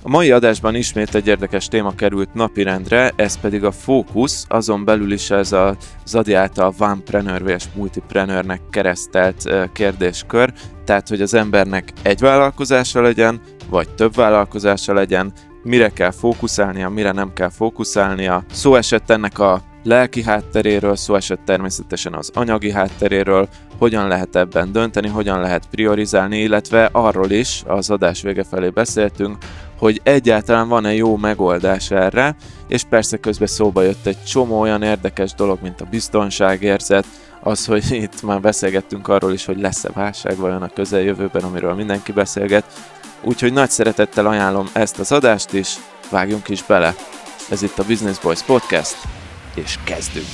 A mai adásban ismét egy érdekes téma került napirendre, ez pedig a fókusz, azon belül is ez a Zadi által onepreneur és multipreneurnek keresztelt kérdéskör, tehát hogy az embernek egy vállalkozása legyen, vagy több vállalkozása legyen, mire kell fókuszálnia, mire nem kell fókuszálnia. Szó esett ennek a lelki hátteréről, szó esett természetesen az anyagi hátteréről, hogyan lehet ebben dönteni, hogyan lehet priorizálni, illetve arról is az adás vége felé beszéltünk, hogy egyáltalán van-e jó megoldás erre, és persze közben szóba jött egy csomó olyan érdekes dolog, mint a biztonságérzet, az, hogy itt már beszélgettünk arról is, hogy lesz-e válság vajon a közeljövőben, amiről mindenki beszélget. Úgyhogy nagy szeretettel ajánlom ezt az adást is, vágjunk is bele. Ez itt a Business Boys Podcast, és kezdünk!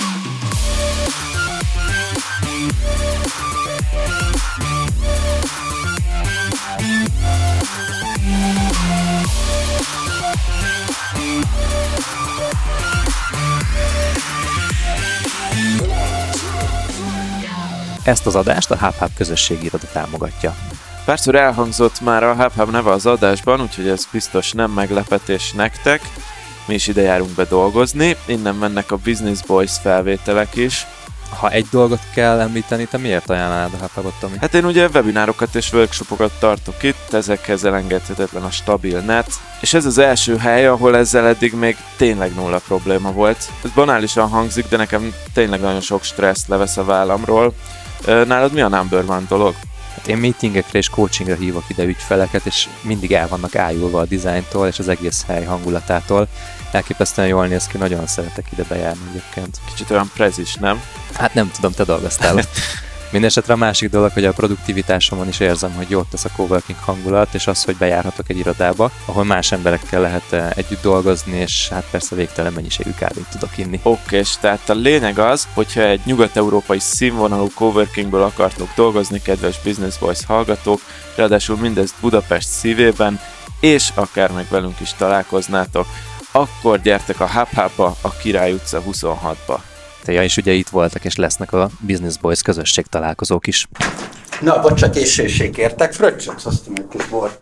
Ezt az adást a HubHub közösségi iroda támogatja. Párszor elhangzott már a HubHub neve az adásban, úgyhogy ez biztos nem meglepetés nektek. Mi is ide járunk be dolgozni, innen mennek a Business Boys felvételek is. Ha egy dolgot kell említeni, te miért ajánlanád a HubHubot, Tomi? Hát én ugye webinárokat és workshopokat tartok itt, ezekhez elengedhetetlen a stabil net, és ez az első hely, ahol ezzel eddig még tényleg nulla probléma volt. Ez banálisan hangzik, de nekem tényleg nagyon sok stresszt levesz a vállamról. Nálad mi a number one dolog? Hát én meetingekre és coachingra hívok ide ügyfeleket, és mindig el vannak ájulva a dizájntól és az egész hely hangulatától. Elképesztően jól néz ki, nagyon szeretek ide bejárni egyébként. Kicsit olyan prezis, nem? Hát nem tudom, te dolgoztál. Mindenesetre a másik dolog, hogy a produktivitásomon is érzem, hogy jót tesz a coworking hangulat, és az, hogy bejárhatok egy irodába, ahol más emberekkel lehet együtt dolgozni, és hát persze végtelen mennyiségű kávét tudok inni. Oké, és tehát a lényeg az, hogyha egy nyugat-európai színvonalú coworkingből akartok dolgozni, kedves Business Boys hallgatók, ráadásul mindezt Budapest szívében, és akár meg velünk is találkoznátok, akkor gyertek a HubHubba, a Király utca 26-ba. Ja, és ugye itt voltak, és lesznek a Business Boys közösség találkozók is. Na, bocs, későség kértek, fröccsöt, hoztam egy kis bor.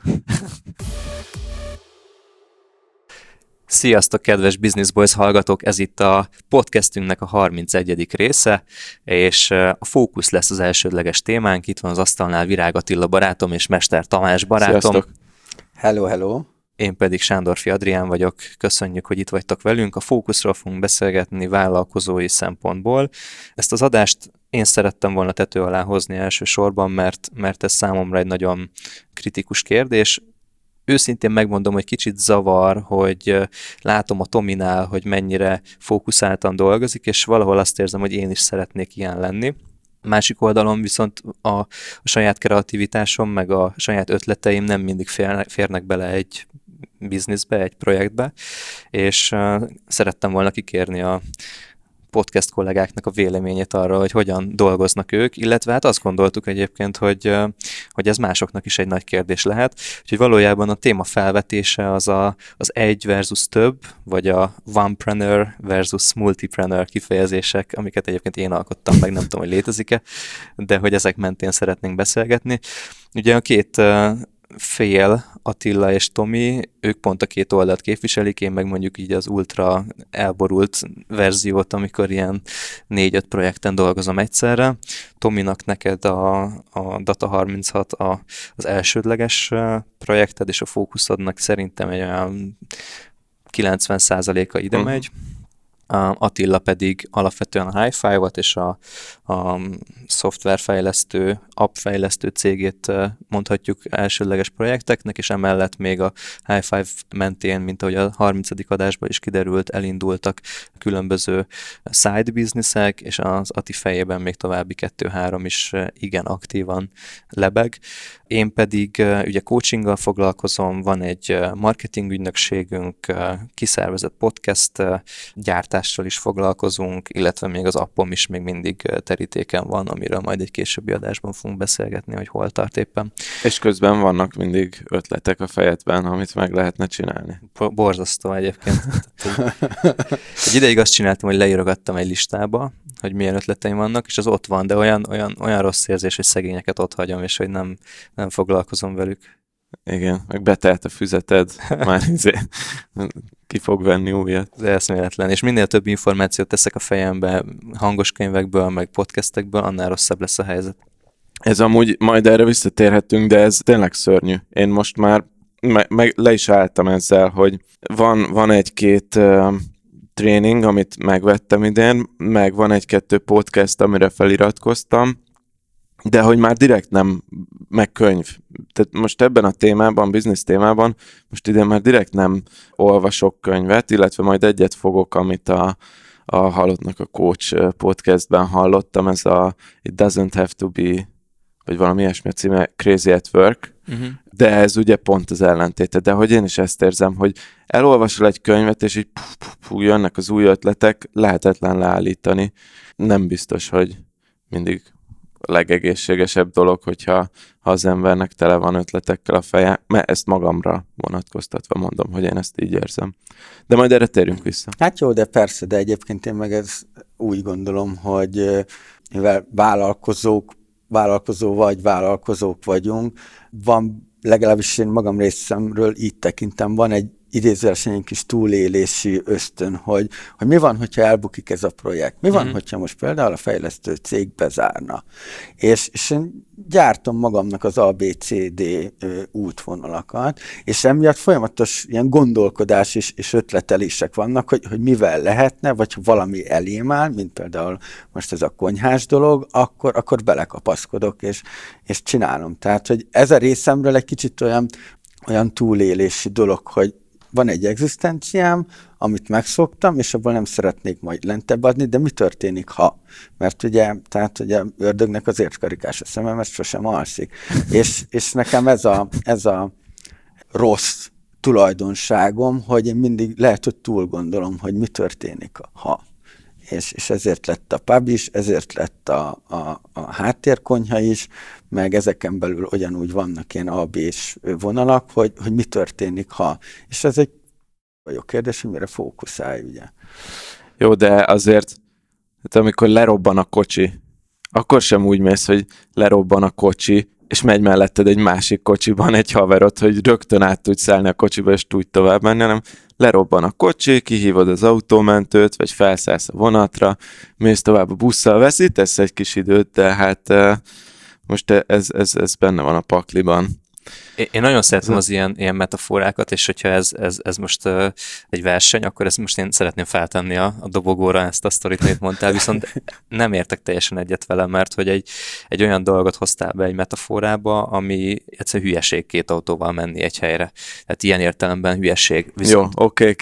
Sziasztok, kedves Business Boys hallgatók! Ez itt a podcastünknek a 31. része, és a fókusz lesz az elsődleges témánk. Itt van az asztalnál Virág Attila barátom és Mester Tamás barátom. Sziasztok! Hello, hello! Én pedig Sándorfi Adrián vagyok, köszönjük, hogy itt vagytok velünk. A fókuszról fogunk beszélgetni vállalkozói szempontból. Ezt az adást én szerettem volna tető alá hozni elsősorban, mert ez számomra egy nagyon kritikus kérdés. Őszintén megmondom, hogy kicsit zavar, hogy látom a Tominál, hogy mennyire fókuszáltan dolgozik, és valahol azt érzem, hogy én is szeretnék ilyen lenni. Másik oldalon viszont a saját kreativitásom, meg a saját ötleteim nem mindig férnek bele egy bizniszbe, egy projektbe, és szerettem volna kikérni a podcast kollégáknak a véleményét arra, hogy hogyan dolgoznak ők, illetve hát azt gondoltuk egyébként, hogy ez másoknak is egy nagy kérdés lehet, úgyhogy valójában a téma felvetése az egy versus több, vagy a onepreneur versus multipreneur kifejezések, amiket egyébként én alkottam meg, nem tudom, hogy létezik-e, de hogy ezek mentén szeretnénk beszélgetni. Ugye a két fél, Attila és Tomi, ők pont a két oldalt képviselik, én meg mondjuk így az ultra elborult verziót, amikor ilyen 4-5 projekten dolgozom egyszerre. Tominak neked a Data36 az elsődleges projekted, és a fókuszodnak szerintem egy olyan 90%-a ide megy. Attila pedig alapvetően a Hi5-ot és a szoftverfejlesztő, appfejlesztő cégét mondhatjuk elsődleges projekteknek, és emellett még a Hi5 mentén, mint ahogy a 30. adásban is kiderült, elindultak különböző side businessek, és az Ati fejében még további 2-3 is igen aktívan lebeg. Én pedig ugye coachinggal foglalkozom, van egy marketing ügynökségünk, kiszervezett podcast gyártással is foglalkozunk, illetve még az appom is még mindig terítéken van, amiről majd egy későbbi adásban fogunk beszélgetni, hogy hol tart éppen. És közben vannak mindig ötletek a fejedben, amit meg lehetne csinálni. Borzasztó egyébként. Egy ideig azt csináltam, hogy leírogattam egy listába, hogy milyen ötleteim vannak, és az ott van, de olyan rossz érzés, hogy szegényeket ott hagyom, és hogy nem foglalkozom velük. Igen, meg betelt a füzeted, már ki fog venni újat. Ez eszméletlen, és minél több információt teszek a fejembe hangos könyvekből, meg podcastekből, annál rosszabb lesz a helyzet. Ez amúgy, majd erre visszatérhetünk, de ez tényleg szörnyű. Én most már meg le is álltam ezzel, hogy van egy-két tréning, amit megvettem idén, meg van egy-kettő podcast, amire feliratkoztam, de hogy már direkt nem, meg könyv. Tehát most ebben a témában, business témában, most idén már direkt nem olvasok könyvet, illetve majd egyet fogok, amit a Halottnak a Coach podcastben hallottam, ez a It Doesn't Have to Be, vagy valami ilyesmi a címe, Crazy at Work, de ez ugye pont az ellentéte. De hogy én is ezt érzem, hogy elolvasol egy könyvet, és így jönnek az új ötletek, lehetetlen leállítani. Nem biztos, hogy mindig a legegészségesebb dolog, hogyha az embernek tele van ötletekkel a feje, mert ezt magamra vonatkoztatva mondom, hogy én ezt így érzem. De majd erre térjünk vissza. Hát jó, de persze, de egyébként én meg úgy gondolom, hogy mivel vállalkozók vagyunk, van, legalábbis én magam részemről így tekintem, van egy idézőjelesen egy kis túlélési ösztön, hogy mi van, hogyha elbukik ez a projekt? Mi van, hogyha most például a fejlesztő cég bezárna? És én gyártom magamnak az ABCD útvonalakat, és emiatt folyamatos ilyen gondolkodás és ötletelések vannak, hogy mivel lehetne, vagy ha valami elém áll, mint például most ez a konyhás dolog, akkor belekapaszkodok, és csinálom. Tehát, hogy ez a részemről egy kicsit olyan túlélési dolog, hogy van egy egzisztenciám, amit megszoktam, és abból nem szeretnék majd lentebb adni, de mi történik, ha? Mert ugye, tehát ugye ördögnek azért karikás a szemem, mert sosem alszik. És nekem ez a rossz tulajdonságom, hogy én mindig lehet, hogy túl gondolom, hogy mi történik, ha. És ezért lett a pub is, ezért lett a háttérkonyha is, meg ezeken belül ugyanúgy vannak ilyen AB-s vonalak, hogy mi történik, ha. És ez egy jó kérdés, hogy mire fókuszálj, ugye. Jó, de azért, hát amikor lerobban a kocsi, akkor sem úgy mész, hogy lerobban a kocsi, és megy melletted egy másik kocsiban egy haverod, hogy rögtön át tudj szállni a kocsiba, és tudj tovább menni, hanem lerobban a kocsi, kihívod az autómentőt, vagy felszállsz a vonatra, mész tovább a busszal, veszítesz egy kis időt, de hát most ez benne van a pakliban. Én nagyon szeretem az ilyen metaforákat, és hogyha ez most egy verseny, akkor ezt most én szeretném feltenni a dobogóra ezt a sztorit, amit mondtál, viszont nem értek teljesen egyet velem, mert hogy egy olyan dolgot hoztál be egy metaforába, ami egyszerűen hülyeség két autóval menni egy helyre. Tehát ilyen értelemben hülyeség. Viszont... Jó, oké,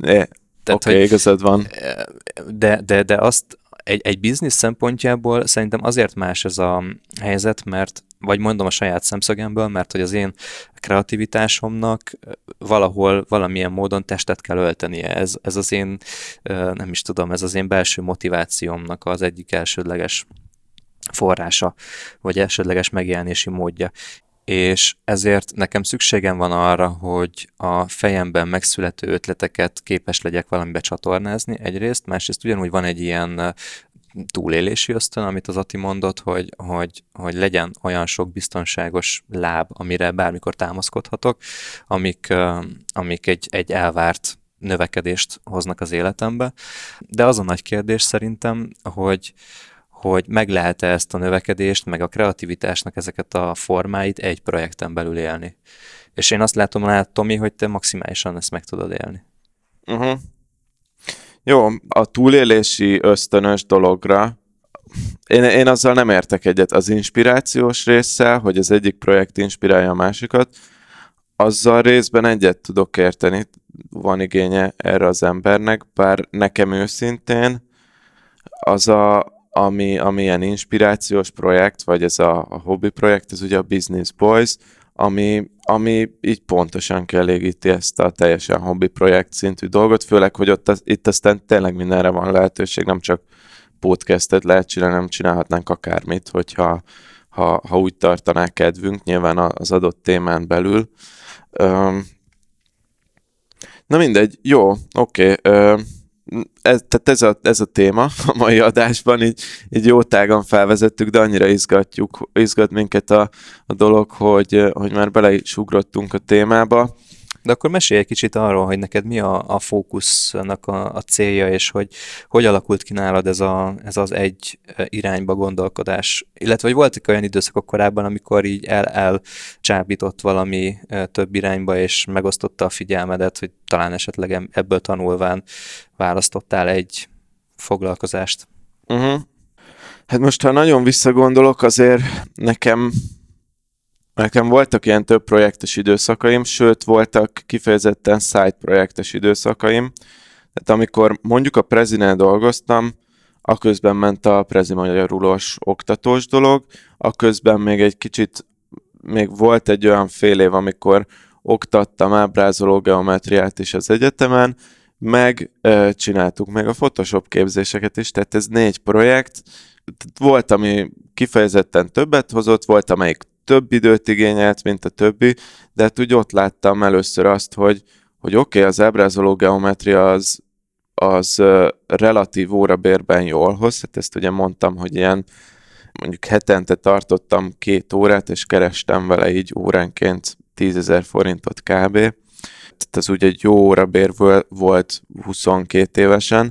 igazad van. De azt egy biznisz szempontjából szerintem azért más ez a helyzet, mert vagy mondom a saját szemszögemből, mert hogy az én kreativitásomnak valahol, valamilyen módon testet kell öltenie. Ez az én, nem is tudom, ez az én belső motivációmnak az egyik elsődleges forrása, vagy elsődleges megjelenési módja. És ezért nekem szükségem van arra, hogy a fejemben megszülető ötleteket képes legyek valamibe csatornázni egyrészt, másrészt ugyanúgy van egy ilyen túlélési ösztön, amit az Ati mondott, hogy legyen olyan sok biztonságos láb, amire bármikor támaszkodhatok, amik egy elvárt növekedést hoznak az életembe. De az a nagy kérdés szerintem, hogy meg lehet-e ezt a növekedést, meg a kreativitásnak ezeket a formáit egy projekten belül élni. És én azt látom, Tomi, hogy te maximálisan ezt meg tudod élni. Uh-huh. Jó, a túlélési ösztönös dologra én azzal nem értek egyet. Az inspirációs résszel, hogy az egyik projekt inspirálja a másikat, azzal részben egyet tudok érteni, van igénye erre az embernek, bár nekem őszintén az ami ilyen inspirációs projekt, vagy ez a hobbi projekt, ez ugye a Business Boys, ami így pontosan kielégíti ezt a teljesen hobbi projekt szintű dolgot, főleg, hogy itt aztán tényleg mindenre van lehetőség, nem csak podcastet lehet csinálni, nem csinálhatnánk akármit, hogyha úgy tartaná kedvünk, nyilván az adott témán belül. Na mindegy, jó, oké. Ez a téma a mai adásban, így jó tágan felvezettük, de annyira izgat minket a dolog, hogy már bele is ugrottunk a témába. De akkor mesélj egy kicsit arról, hogy neked mi a fókusznak a célja, és hogy alakult ki nálad ez az egy irányba gondolkodás. Illetve, hogy voltak olyan időszakok korábban, amikor így elcsábított valami több irányba, és megosztotta a figyelmedet, hogy talán esetleg ebből tanulván választottál egy foglalkozást. Uh-huh. Hát most, ha nagyon visszagondolok, azért nekem voltak ilyen több projektes időszakaim, sőt voltak kifejezetten side projektes időszakaim. Tehát amikor mondjuk a Prezinál dolgoztam, aközben ment a Prezi magyarulós oktatós dolog, aközben még egy kicsit, még volt egy olyan fél év, amikor oktattam ábrázoló geometriát is az egyetemen, meg csináltuk meg a Photoshop képzéseket is, tehát ez 4 projekt. Volt, ami kifejezetten többet hozott, volt, amelyik több időt igényelt, mint a többi, de hát úgy ott láttam először azt, hogy oké, az ábrázoló geometria az relatív órabérben jól hoz, hát ezt ugye mondtam, hogy ilyen mondjuk hetente tartottam 2 órát, és kerestem vele így óránként 10 000 forintot kb. Tehát ez ugye egy jó órabér volt 22 évesen,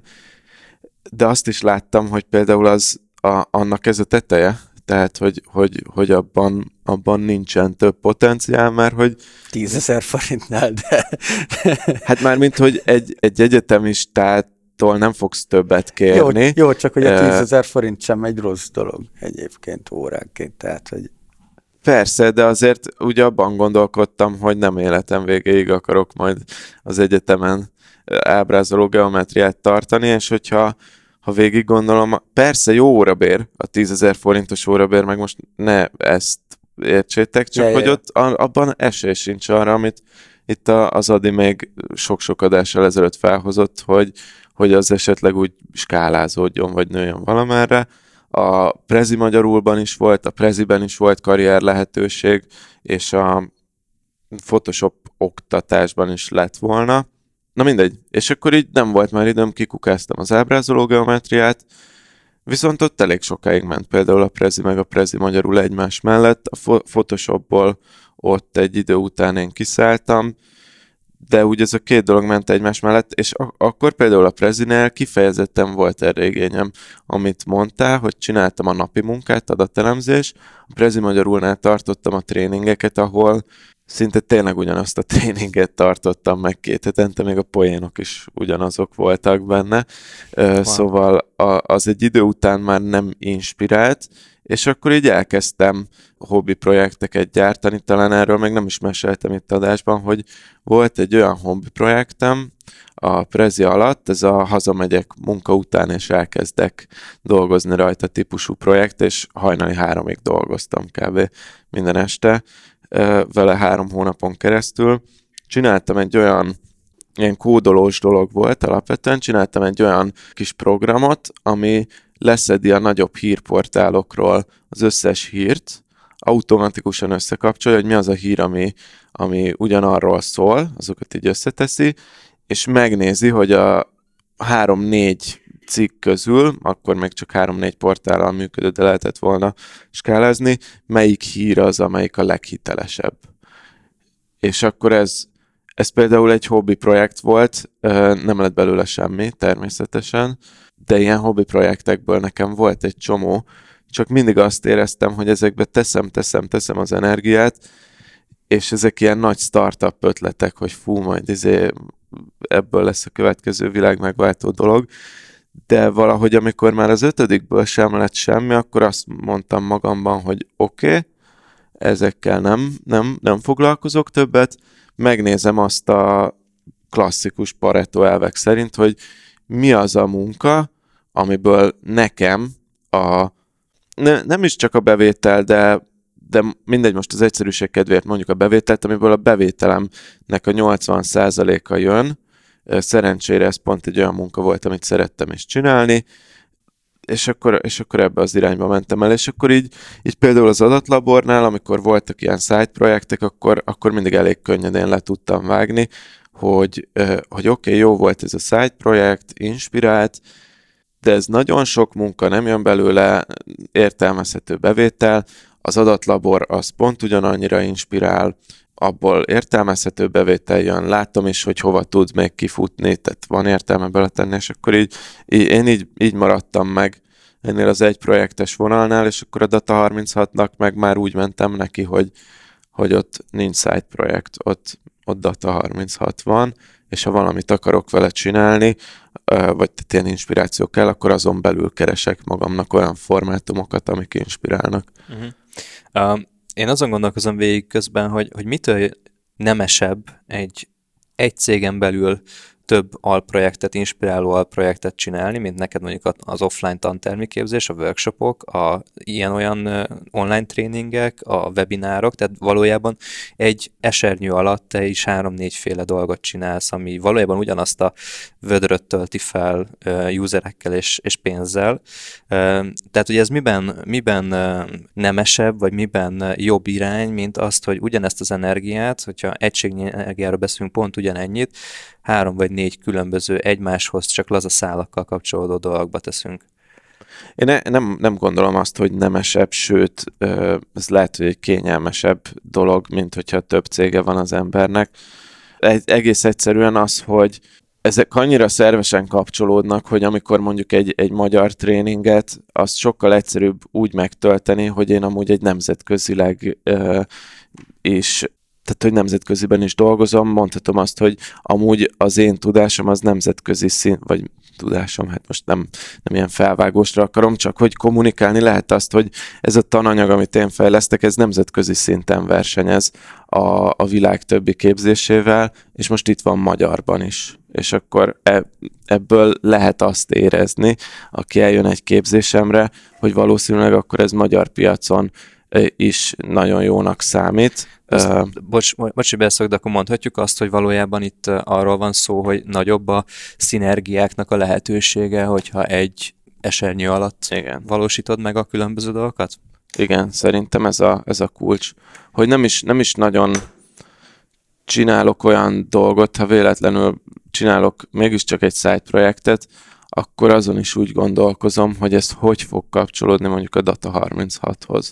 de azt is láttam, hogy például annak ez a teteje, tehát, hogy abban nincsen több potenciál, mert hogy... 10 000 forintnál, de... Hát már mint, hogy egy egyetemistától nem fogsz többet kérni. Jó, csak hogy a 10 000 forint sem egy rossz dolog egyébként óránként, tehát, hogy... Persze, de azért ugye abban gondolkodtam, hogy nem életem végéig akarok majd az egyetemen ábrázoló geometriát tartani, és hogyha végig gondolom, persze jó órabér, a 10 000 forintos órabér, meg most ne ezt értsétek, csak hogy ott abban esély sincs arra, amit itt az Adi még sok-sok adással ezelőtt felhozott, hogy az esetleg úgy skálázódjon, vagy nőjön valamerre. A Prezi magyarulban is volt, a Preziben is volt karrier lehetőség, és a Photoshop oktatásban is lett volna. Na mindegy, és akkor így nem volt már időm, kikukáztam az ábrázoló geometriát, viszont ott elég sokáig ment például a Prezi meg a Prezi magyarul egymás mellett, a Photoshopból ott egy idő után én kiszálltam, de úgy ez a 2 dolog ment egymás mellett, és akkor például a Prezinél kifejezetten volt erre igényem, amit mondtál, hogy csináltam a napi munkát, adatelemzés, a Prezi magyarulnál tartottam a tréningeket, ahol szinte tényleg ugyanazt a tréninget tartottam meg 2 hetente, még a poénok is ugyanazok voltak benne. Wow. Szóval az egy idő után már nem inspirált, és akkor így elkezdtem hobbi projekteket gyártani, talán erről még nem is meséltem itt adásban, hogy volt egy olyan hobbi projektem a Prezi alatt, ez a hazamegyek munka után, és elkezdek dolgozni rajta típusú projekt, és hajnali 3-ig dolgoztam kb. Minden este, vele 3 hónapon keresztül. Csináltam egy olyan, ilyen kódolós dolog volt alapvetően, csináltam egy olyan kis programot, ami leszedi a nagyobb hírportálokról az összes hírt, automatikusan összekapcsolja, hogy mi az a hír, ami ugyanarról szól, azokat így összeteszi, és megnézi, hogy a 3-4 cikk közül, akkor még csak 3-4 portállal működött, de lehetett volna skálázni, melyik hír az, amelyik a leghitelesebb. És akkor ez például egy hobbi projekt volt, nem lett belőle semmi, természetesen, de ilyen hobbi projektekből nekem volt egy csomó, csak mindig azt éreztem, hogy ezekbe teszem az energiát, és ezek ilyen nagy startup ötletek, hogy fú, majd ebből lesz a következő világmegváltó dolog, de valahogy amikor már az 5-ből sem lett semmi, akkor azt mondtam magamban, hogy oké, ezekkel nem foglalkozok többet, megnézem azt a klasszikus Pareto elvek szerint, hogy mi az a munka, amiből nekem nem is csak a bevétel, de mindegy, most az egyszerűség kedvéért mondjuk a bevételt, amiből a bevételemnek a 80%-a jön. Szerencsére ez pont egy olyan munka volt, amit szerettem is csinálni, és akkor ebbe az irányba mentem el, és akkor így például az adatlabornál, amikor voltak ilyen side projektek, akkor mindig elég könnyedén le tudtam vágni, hogy oké, jó volt ez a side projekt, inspirált, de ez nagyon sok munka, nem jön belőle értelmezhető bevétel, az adatlabor az pont ugyanannyira inspirál, abból értelmezhető bevétel jön, látom is, hogy hova tud még kifutni, tehát van értelme beletenni, és akkor én így maradtam meg ennél az egy projektes vonalnál, és akkor a Data 36-nak meg már úgy mentem neki, hogy ott nincs side projekt, ott Data 36 van, és ha valamit akarok vele csinálni, vagy tehát ilyen inspiráció kell, akkor azon belül keresek magamnak olyan formátumokat, amik inspirálnak. Én azon gondolkozom végig közben, hogy mitől nemesebb egy cégen belül több alprojektet, inspiráló alprojektet csinálni, mint neked mondjuk az offline tantermiképzés, a workshopok, ilyen-olyan online tréningek, a webinárok, tehát valójában egy esernyő alatt te is 3-4 féle dolgot csinálsz, ami valójában ugyanazt a vödröt tölti fel userekkel és pénzzel. Tehát ugye ez miben nemesebb, vagy miben jobb irány, mint azt, hogy ugyanezt az energiát, hogyha egységnyi energiáról beszélünk, pont ugyanennyit, 3 vagy 4 különböző egymáshoz csak laza szálakkal kapcsolódó dolgokba teszünk. Én nem gondolom azt, hogy nemesebb, sőt, ez lehet, hogy egy kényelmesebb dolog, mint hogyha több cége van az embernek. Egész egyszerűen az, hogy ezek annyira szervesen kapcsolódnak, hogy amikor mondjuk egy magyar tréninget, azt sokkal egyszerűbb úgy megtölteni, hogy én amúgy egy nemzetközileg is, tehát hogy nemzetköziben is dolgozom, mondhatom azt, hogy amúgy az én tudásom az nemzetközi szint, vagy tudásom, hát most nem ilyen felvágósra akarom, csak hogy kommunikálni lehet azt, hogy ez a tananyag, amit én fejlesztek, ez nemzetközi szinten versenyez a világ többi képzésével, és most itt van magyarban is. És akkor ebből lehet azt érezni, aki eljön egy képzésemre, hogy valószínűleg akkor ez magyar piacon is nagyon jónak számít. Bocs, hogy beszélek, de akkor mondhatjuk azt, hogy valójában itt arról van szó, hogy nagyobb a szinergiáknak a lehetősége, hogyha egy esernyő alatt valósítod meg a különböző dolgokat? Igen, szerintem ez a kulcs. Hogy nem is nagyon csinálok olyan dolgot, ha véletlenül csinálok mégiscsak egy side projektet, akkor azon is úgy gondolkozom, hogy ez hogy fog kapcsolódni mondjuk a Data 36-hoz.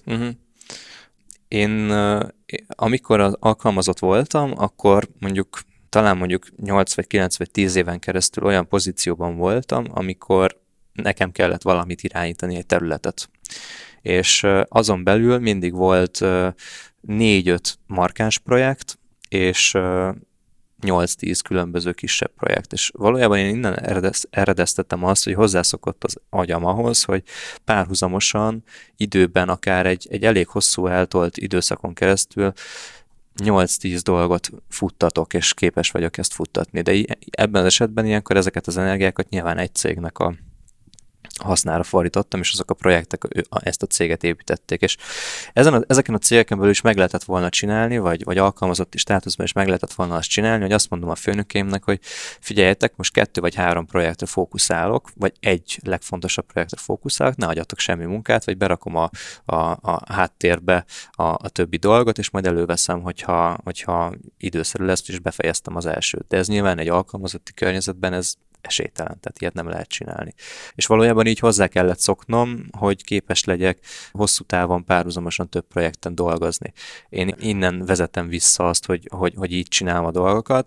Én amikor alkalmazott voltam, akkor talán 8 vagy 9 vagy 10 éven keresztül olyan pozícióban voltam, amikor nekem kellett valamit irányítani, egy területet. És azon belül mindig volt 4-5 markáns projekt, és 8-10 különböző kisebb projekt. És valójában én innen eredeztettem azt, hogy hozzászokott az agyam ahhoz, hogy párhuzamosan időben akár egy elég hosszú eltolt időszakon keresztül 8-10 dolgot futtatok, és képes vagyok ezt futtatni. De ebben az esetben ilyenkor ezeket az energiákat nyilván egy cégnek a hasznára fordítottam, és azok a projektek ezt a céget építették. És ezeken a cégeken belül is meg lehetett volna csinálni, vagy alkalmazotti státuszban is meg lehetett volna azt csinálni, hogy azt mondom a főnökeimnek, hogy figyeljetek, most 2 vagy 3 projektre fókuszálok, vagy egy legfontosabb projektre fókuszálok, ne hagyjatok semmi munkát, vagy berakom a háttérbe a többi dolgot, és majd előveszem, hogyha időszerű lesz, és befejeztem az elsőt. De ez nyilván egy alkalmazotti környezetben ez esélytelen, tehát ilyet nem lehet csinálni. És valójában így hozzá kellett szoknom, hogy képes legyek hosszú távon párhuzamosan több projekten dolgozni. Én innen vezetem vissza azt, hogy így csinálom a dolgokat,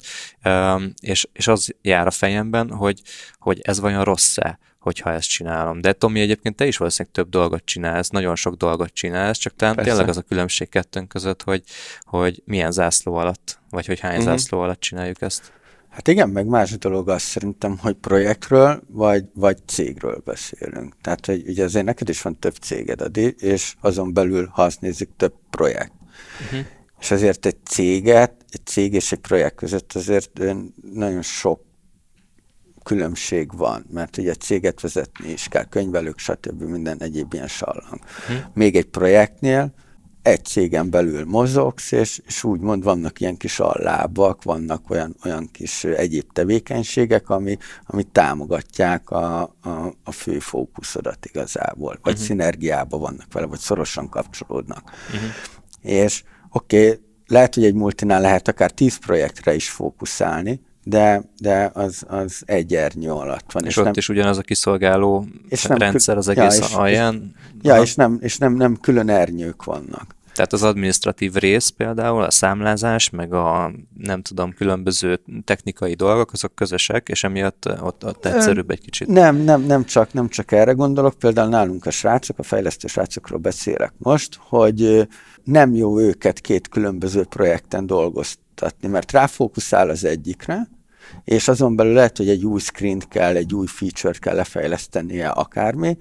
és az jár a fejemben, hogy ez vajon rossz-e, hogyha ezt csinálom. De Tomi, egyébként te is valószínűleg több dolgot csinálsz, nagyon sok dolgot csinálsz, csak tényleg az a különbség kettőnk között, hogy milyen zászló alatt, vagy hogy hány zászló alatt csináljuk ezt. Hát igen, meg más dolog az szerintem, hogy projektről vagy cégről beszélünk. Tehát, hogy ugye azért neked is van több céged, Adi, és azon belül, ha azt nézzük, több projekt. És azért egy cég és egy projekt között azért nagyon sok különbség van, mert ugye céget vezetni is kell, könyvelők, stb. Minden egyéb ilyen sallang. Még egy projektnél egy cégen belül mozogsz, és úgymond vannak ilyen kis allábak, vannak olyan kis egyéb tevékenységek, ami támogatják a fő fókuszodat igazából, vagy szinergiában vannak vele, vagy szorosan kapcsolódnak. És oké, lehet, hogy egy multinál lehet akár 10 projektre is fókuszálni, de az egy ernyő alatt van. És ott nem, is ugyanaz a kiszolgáló rendszer az egész alján? És nem külön ernyők vannak. Tehát az adminisztratív rész például, a számlázás, meg a nem tudom, különböző technikai dolgok, azok közösek, és emiatt ott egyszerűbb egy kicsit. Nem csak erre gondolok, például nálunk a srácok, a fejlesztő srácokról beszélek most, hogy nem jó őket két különböző projekten dolgoztatni, mert ráfókuszál az egyikre, és azon belül lehet, hogy egy új screen-t kell, egy új feature-t kell lefejlesztenie akármi,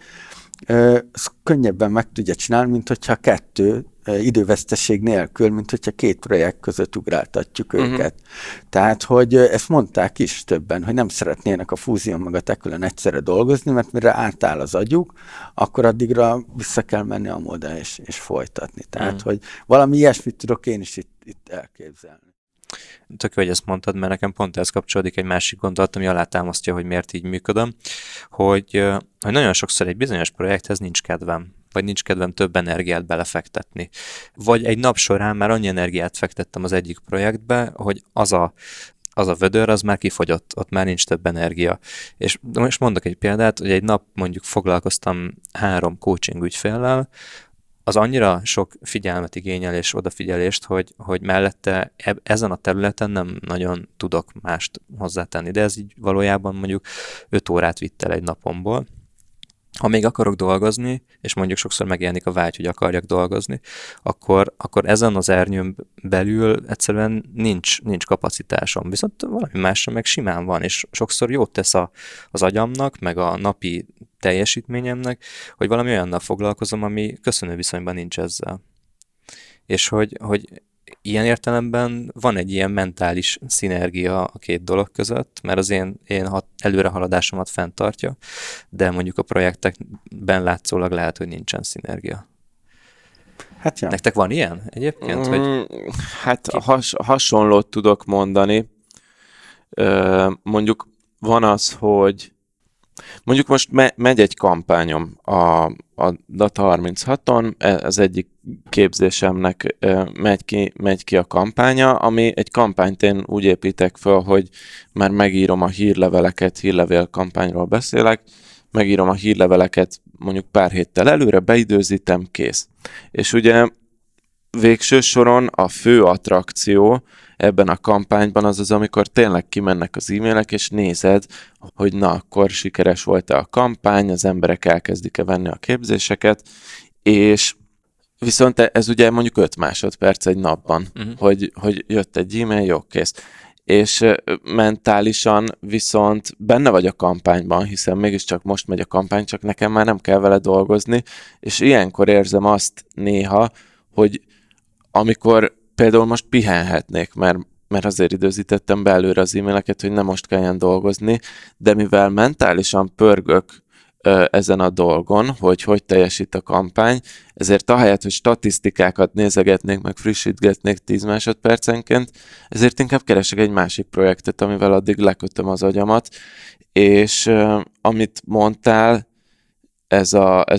azt könnyebben meg tudja csinálni, mint hogyha kettő időveszteség nélkül, mint hogyha két projekt között ugráltatjuk őket. Tehát, hogy ezt mondták is többen, hogy nem szeretnének a Fusion meg a Tekülön egyszerre dolgozni, mert mire átáll az agyuk, akkor addigra vissza kell menni a módon és folytatni. Tehát, hogy valami ilyesmit tudok én is itt elképzelni. Tök jó, hogy ezt mondtad, mert nekem pont ez kapcsolódik egy másik gondolat, ami alátámasztja, hogy miért így működöm, hogy nagyon sokszor egy bizonyos projekthez nincs kedvem, vagy nincs kedvem több energiát belefektetni. Vagy egy nap során már annyi energiát fektettem az egyik projektbe, hogy az a vödör, az már kifogyott, ott már nincs több energia. És most mondok egy példát, hogy egy nap mondjuk foglalkoztam 3 coaching ügyféllel, az annyira sok figyelmet igényel és odafigyelést, hogy mellette ezen a területen nem nagyon tudok mást hozzátenni. De ez így valójában mondjuk 5 órát vitt el egy napomból. Ha még akarok dolgozni, és mondjuk sokszor megjelenik a vágy, hogy akarjak dolgozni, akkor ezen az ernyőn belül egyszerűen nincs kapacitásom. Viszont valami másra meg simán van, és sokszor jót tesz az agyamnak, meg a napi teljesítményemnek, hogy valami olyannal foglalkozom, ami köszönő viszonyban nincs ezzel. És hogy ilyen értelemben van egy ilyen mentális szinergia a két dolog között, mert az én előrehaladásomat fenntartja, de mondjuk a projektekben látszólag lehet, hogy nincsen szinergia. Hát ja. Nektek van ilyen egyébként? Hát hasonlót tudok mondani. Mondjuk van az, hogy mondjuk most megy egy kampányom a Data 36-on, az egyik képzésemnek megy ki a kampánya, ami egy kampányt én úgy építek föl, hogy már megírom a hírleveleket, hírlevél kampányról beszélek, megírom a hírleveleket mondjuk pár héttel előre, beidőzítem, kész. És ugye végső soron a fő attrakció ebben a kampányban az, amikor tényleg kimennek az e-mailek, és nézed, hogy na, akkor sikeres volt-e a kampány, az emberek elkezdik-e venni a képzéseket, és viszont ez ugye mondjuk 5 másodperc egy napban, hogy jött egy e-mail, jó, kész. És mentálisan viszont benne vagy a kampányban, hiszen mégiscsak most megy a kampány, csak nekem már nem kell vele dolgozni, és ilyenkor érzem azt néha, hogy amikor például most pihenhetnék, mert azért időzítettem be előre az e-maileket, hogy nem most kelljen dolgozni, de mivel mentálisan pörgök ezen a dolgon, hogy teljesít a kampány, ezért ahelyett, hogy statisztikákat nézegetnék, meg frissítgetnék 10 másodpercenként, ezért inkább keresek egy másik projektet, amivel addig lekötöm az agyamat, és amit mondtál, ez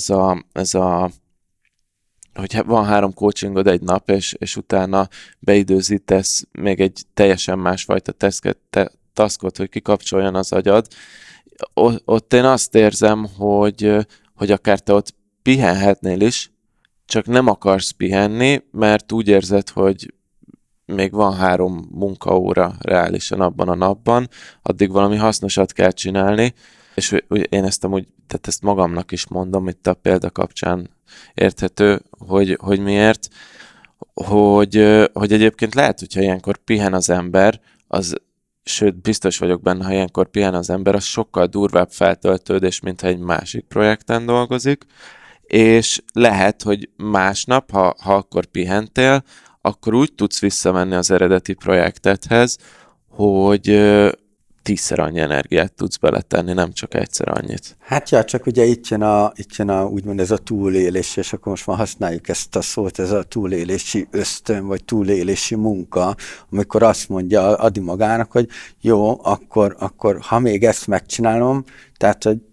a hogy van 3 coachingod egy nap, és utána beidőzítesz még egy teljesen másfajta taskot, hogy kikapcsoljon az agyad. Ott én azt érzem, hogy akár te ott pihenhetnél is, csak nem akarsz pihenni, mert úgy érzed, hogy még van 3 munkaóra reálisan abban a napban, addig valami hasznosat kell csinálni, és én ezt amúgy, tehát ezt magamnak is mondom, itt a példa kapcsán érthető, hogy miért, hogy egyébként lehet, hogyha ilyenkor pihen az ember, sőt, biztos vagyok benne, ha ilyenkor pihen az ember, az sokkal durvább feltöltődés, mint ha egy másik projekten dolgozik, és lehet, hogy másnap, ha akkor pihentél, akkor úgy tudsz visszamenni az eredeti projektethez, hogy 10-szer annyi energiát tudsz beletenni, nem csak egyszer annyit. Hát ja, csak ugye itt jön a úgymond ez a túlélés, és akkor most már használjuk ezt a szót, ez a túlélési ösztön, vagy túlélési munka, amikor azt mondja Adi magának, hogy jó, akkor ha még ezt megcsinálom, tehát, hogy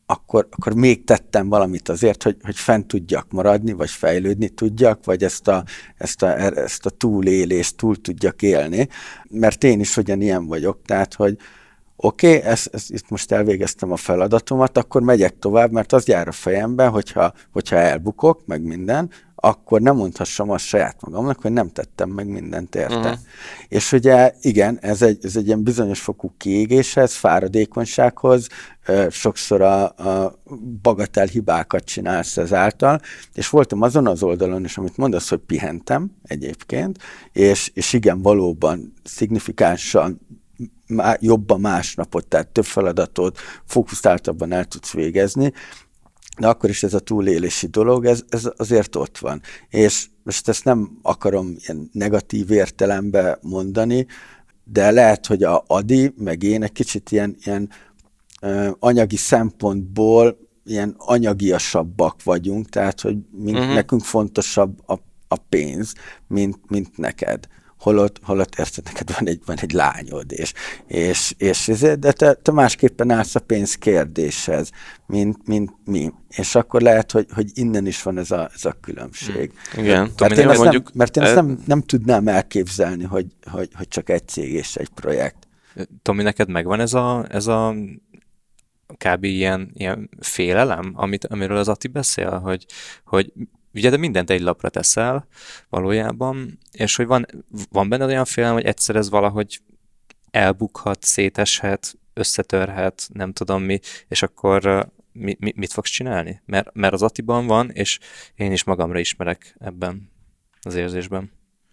akkor még tettem valamit azért, hogy fent tudjak maradni, vagy fejlődni tudjak, vagy ezt a túlélést túl tudjak élni, mert én is ugyanilyen vagyok, tehát, hogy oké, itt most elvégeztem a feladatomat, akkor megyek tovább, mert az jár a fejembe, hogyha elbukok, meg minden, akkor nem mondhassam azt saját magamnak, hogy nem tettem meg mindent érte. Uh-huh. És ugye igen, ez egy ilyen bizonyos fokú kiégéshez, fáradékonysághoz, sokszor a bagatel hibákat csinálsz ezáltal, és voltam azon az oldalon is, amit mondasz, hogy pihentem egyébként, és igen, valóban szignifikánsan jobban másnapot, tehát több feladatot fókuszáltabban el tudsz végezni, de akkor is ez a túlélési dolog, ez azért ott van. És most ezt nem akarom ilyen negatív értelembe mondani, de lehet, hogy a Adi, meg én egy kicsit ilyen anyagi szempontból ilyen anyagiasabbak vagyunk, tehát, hogy nekünk fontosabb a pénz, mint neked. Holott érted, neked van egy lányod, de te másképpen állsz a pénz kérdéshez, mint mi. És akkor lehet, hogy innen is van ez a különbség. Igen. Mert én ezt nem tudnám elképzelni, hogy csak egy cég és egy projekt. Tomi, neked megvan ez a kb. Ilyen félelem, amiről az Ati beszél, hogy ugye de mindent egy lapra teszel valójában, és hogy van benned olyan félelem, hogy egyszer ez valahogy elbukhat, széteshet, összetörhet, nem tudom mi, és akkor mit fogsz csinálni? Mert az Atiban van, és én is magamra ismerek ebben az érzésben.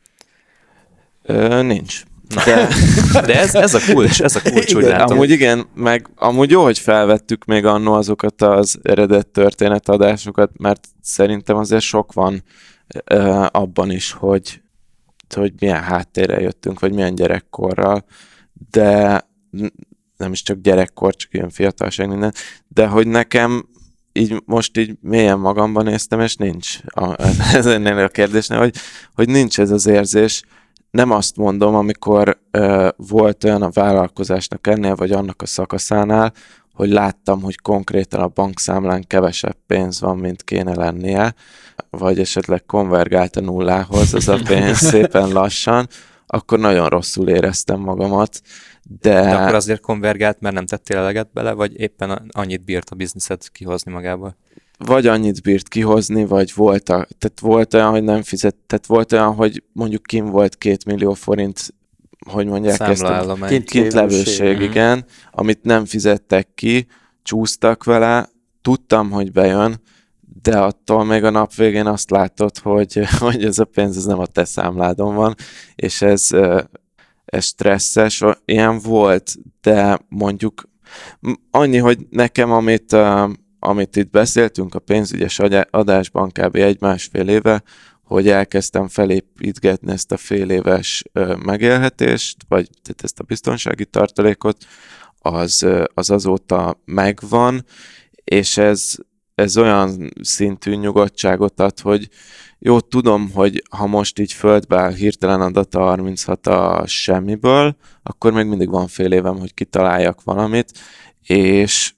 Nincs. De ez a kulcs, úgy látom. Amúgy igen, meg amúgy jó, hogy felvettük még annó azokat az eredet történetadásokat, mert szerintem azért sok van abban is, hogy milyen háttérrel jöttünk, vagy milyen gyerekkorral, de nem is csak gyerekkor, csak ilyen fiatalság minden, de hogy nekem most így mélyen magamban néztem, és nincs ez ennél a kérdésnél, hogy nincs ez az érzés. Nem azt mondom, amikor volt olyan a vállalkozásnak ennél, vagy annak a szakaszánál, hogy láttam, hogy konkrétan a bankszámlán kevesebb pénz van, mint kéne lennie, vagy esetleg konvergált a nullához az a pénz szépen lassan, akkor nagyon rosszul éreztem magamat. De akkor azért konvergált, mert nem tettél eleget bele, vagy éppen annyit bírt a bizniszed kihozni magából? Vagy annyit bírt kihozni, vagy volt olyan, hogy nem fizet, tehát volt olyan, hogy mondjuk kim volt 2 millió forint, hogy mondják ezt, kintlevőség, igen, amit nem fizettek ki, csúsztak vele, tudtam, hogy bejön, de attól még a nap végén azt látod, hogy ez a pénz ez nem a te számládon van, és ez stresszes, ilyen volt, de mondjuk annyi, hogy nekem, amit itt beszéltünk a pénzügyes adásban kb. 1-1,5 éve, hogy elkezdtem felépítgetni ezt a fél éves megélhetést, vagy ezt a biztonsági tartalékot, az azóta megvan, és ez olyan szintű nyugodtságot ad, hogy jó, tudom, hogy ha most így földbe áll hirtelen a Data 36 a semmiből, akkor még mindig van fél évem, hogy kitaláljak valamit, és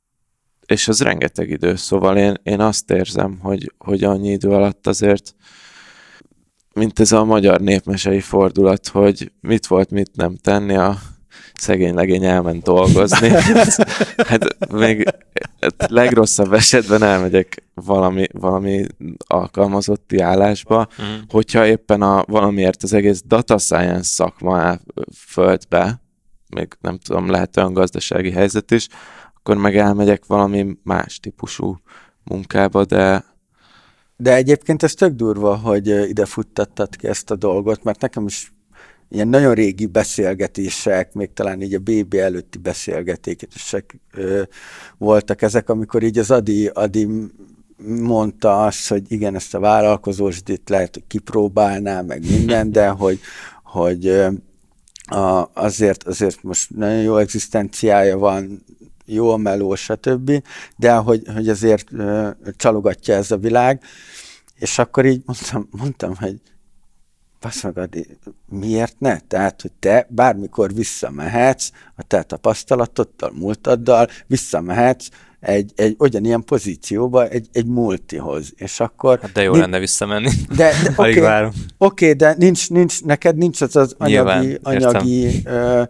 az rengeteg idő, szóval én azt érzem, hogy annyi idő alatt azért, mint ez a magyar népmesei fordulat, hogy mit volt, mit nem tenni, a szegény legény elment dolgozni. Hát még legrosszabb esetben elmegyek valami alkalmazotti állásba, hogyha éppen valamiért az egész data science szakma áll földbe, még nem tudom, lehet olyan gazdasági helyzet is, akkor meg elmegyek valami más típusú munkába, De egyébként ez tök durva, hogy ide futtattad ki ezt a dolgot, mert nekem is ilyen nagyon régi beszélgetések, még talán így a BB előtti beszélgetések voltak ezek, amikor így az Adi mondta azt, hogy igen, ezt a vállalkozósdit lehet, hogy kipróbálná, meg minden, de hogy azért most nagyon jó egzisztenciája van, jó a meló, stb., de hogy azért csalogatja ez a világ, és akkor így mondtam, hogy basz meg, Adi, miért ne? Tehát, hogy te bármikor visszamehetsz a te tapasztalatoddal, múltaddal, visszamehetsz egy ugyanilyen pozícióba, egy multihoz, és akkor... Hát de jó lenne visszamenni. De Alig várom. Oké, de neked nincs az anyagi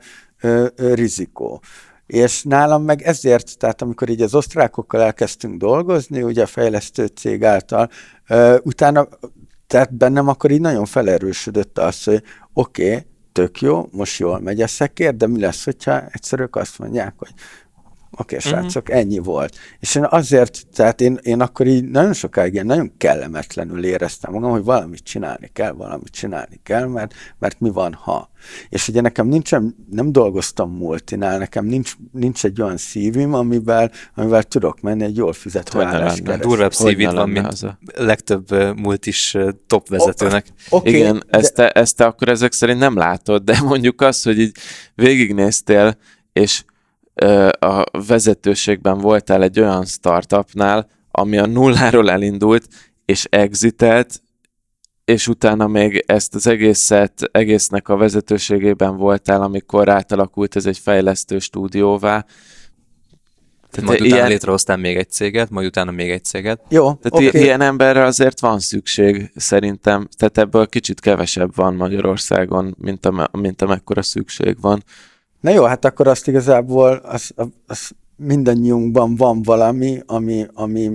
rizikó. És nálam meg ezért, tehát amikor így az osztrákokkal elkezdtünk dolgozni, ugye a fejlesztő cég által, utána, tehát bennem akkor így nagyon felerősödött az, hogy oké, tök jó, most jól megy a szekér, de mi lesz, hogyha egyszerűen azt mondják, hogy oké, srácok, ennyi volt. És én azért, tehát én akkor így nagyon sokáig ilyen nagyon kellemetlenül éreztem magam, hogy valamit csinálni kell, mert mi van, ha. És ugye nekem nem dolgoztam multinál, nekem nincs egy olyan szívim, amivel tudok menni egy jól fizető álláskereszt. Durvább szívid van, mint a legtöbb multis top vezetőnek. Okay, igen, de... ezt te akkor ezek szerint nem látod, de mondjuk azt, hogy így végignéztél, és a vezetőségben voltál egy olyan startupnál, ami a nulláról elindult, és exitelt, és utána még ezt az egésznek a vezetőségében voltál, amikor átalakult ez egy fejlesztő stúdióvá. Tehát majd utána létrehoztál még egy céget, majd utána még egy céget. Jó, tehát ilyen emberre azért van szükség, szerintem. Tehát ebből kicsit kevesebb van Magyarországon, mint amekkora szükség van. Na jó, hát akkor azt igazából az mindannyiunkban van valami, ami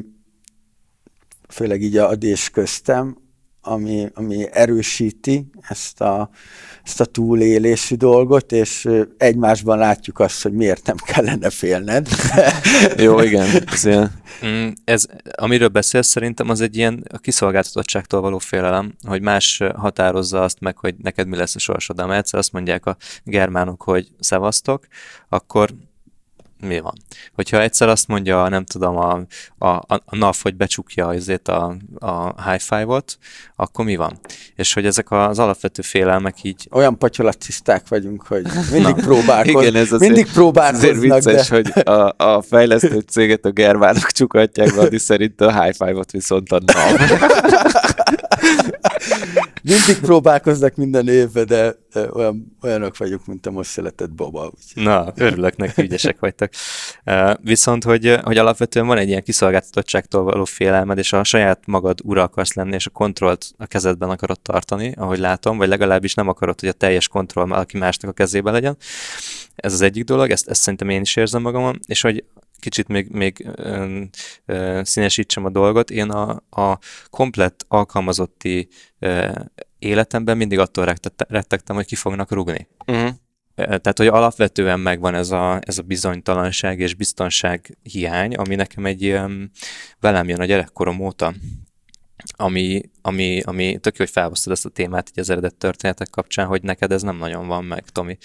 főleg így a adés köztem, ami erősíti ezt a túlélési dolgot, és egymásban látjuk azt, hogy miért nem kellene félned. Jó, igen. Ez, amiről beszélsz, szerintem az egy ilyen a kiszolgáltatottságtól való félelem, hogy más határozza azt meg, hogy neked mi lesz a sorsod. De egyszer azt mondják a germánok, hogy szevasztok, akkor mi van? Hogyha egyszer azt mondja, nem tudom, a NAV, hogy becsukja azért a high five-ot, akkor mi van? És hogy ezek az alapvető félelmek így... Olyan patyolatiszták vagyunk, hogy mindig próbálkoznak. Igen, ez mindig próbálkoznak. Vicces, hogy a fejlesztő céget a germánok csukatják, Vadi szerint a high five-ot viszont a NAV. Mindig próbálkoznak minden évben, de olyanok vagyunk, mint a most született Boba. Úgy. Na, örülök neki, ügyesek vagytok. Viszont, hogy alapvetően van egy ilyen kiszolgáltatottságtól való félelmed, és a saját magad ura akarsz lenni, és a kontrollt a kezedben akarod tartani, ahogy látom, vagy legalábbis nem akarod, hogy a teljes kontroll valaki másnak a kezében legyen. Ez az egyik dolog, ezt szerintem én is érzem magamon, és hogy kicsit még színesítsem a dolgot, én a komplett alkalmazotti életemben mindig attól rettegtem, hogy ki fognak rúgni. Uh-huh. Tehát, hogy alapvetően megvan ez a bizonytalanság és biztonság hiány, ami nekem egy ilyen velem jön a gyerekkorom óta, ami tök jó, hogy felhoztad ezt a témát így az eredet történetek kapcsán, hogy neked ez nem nagyon van meg, Tomi.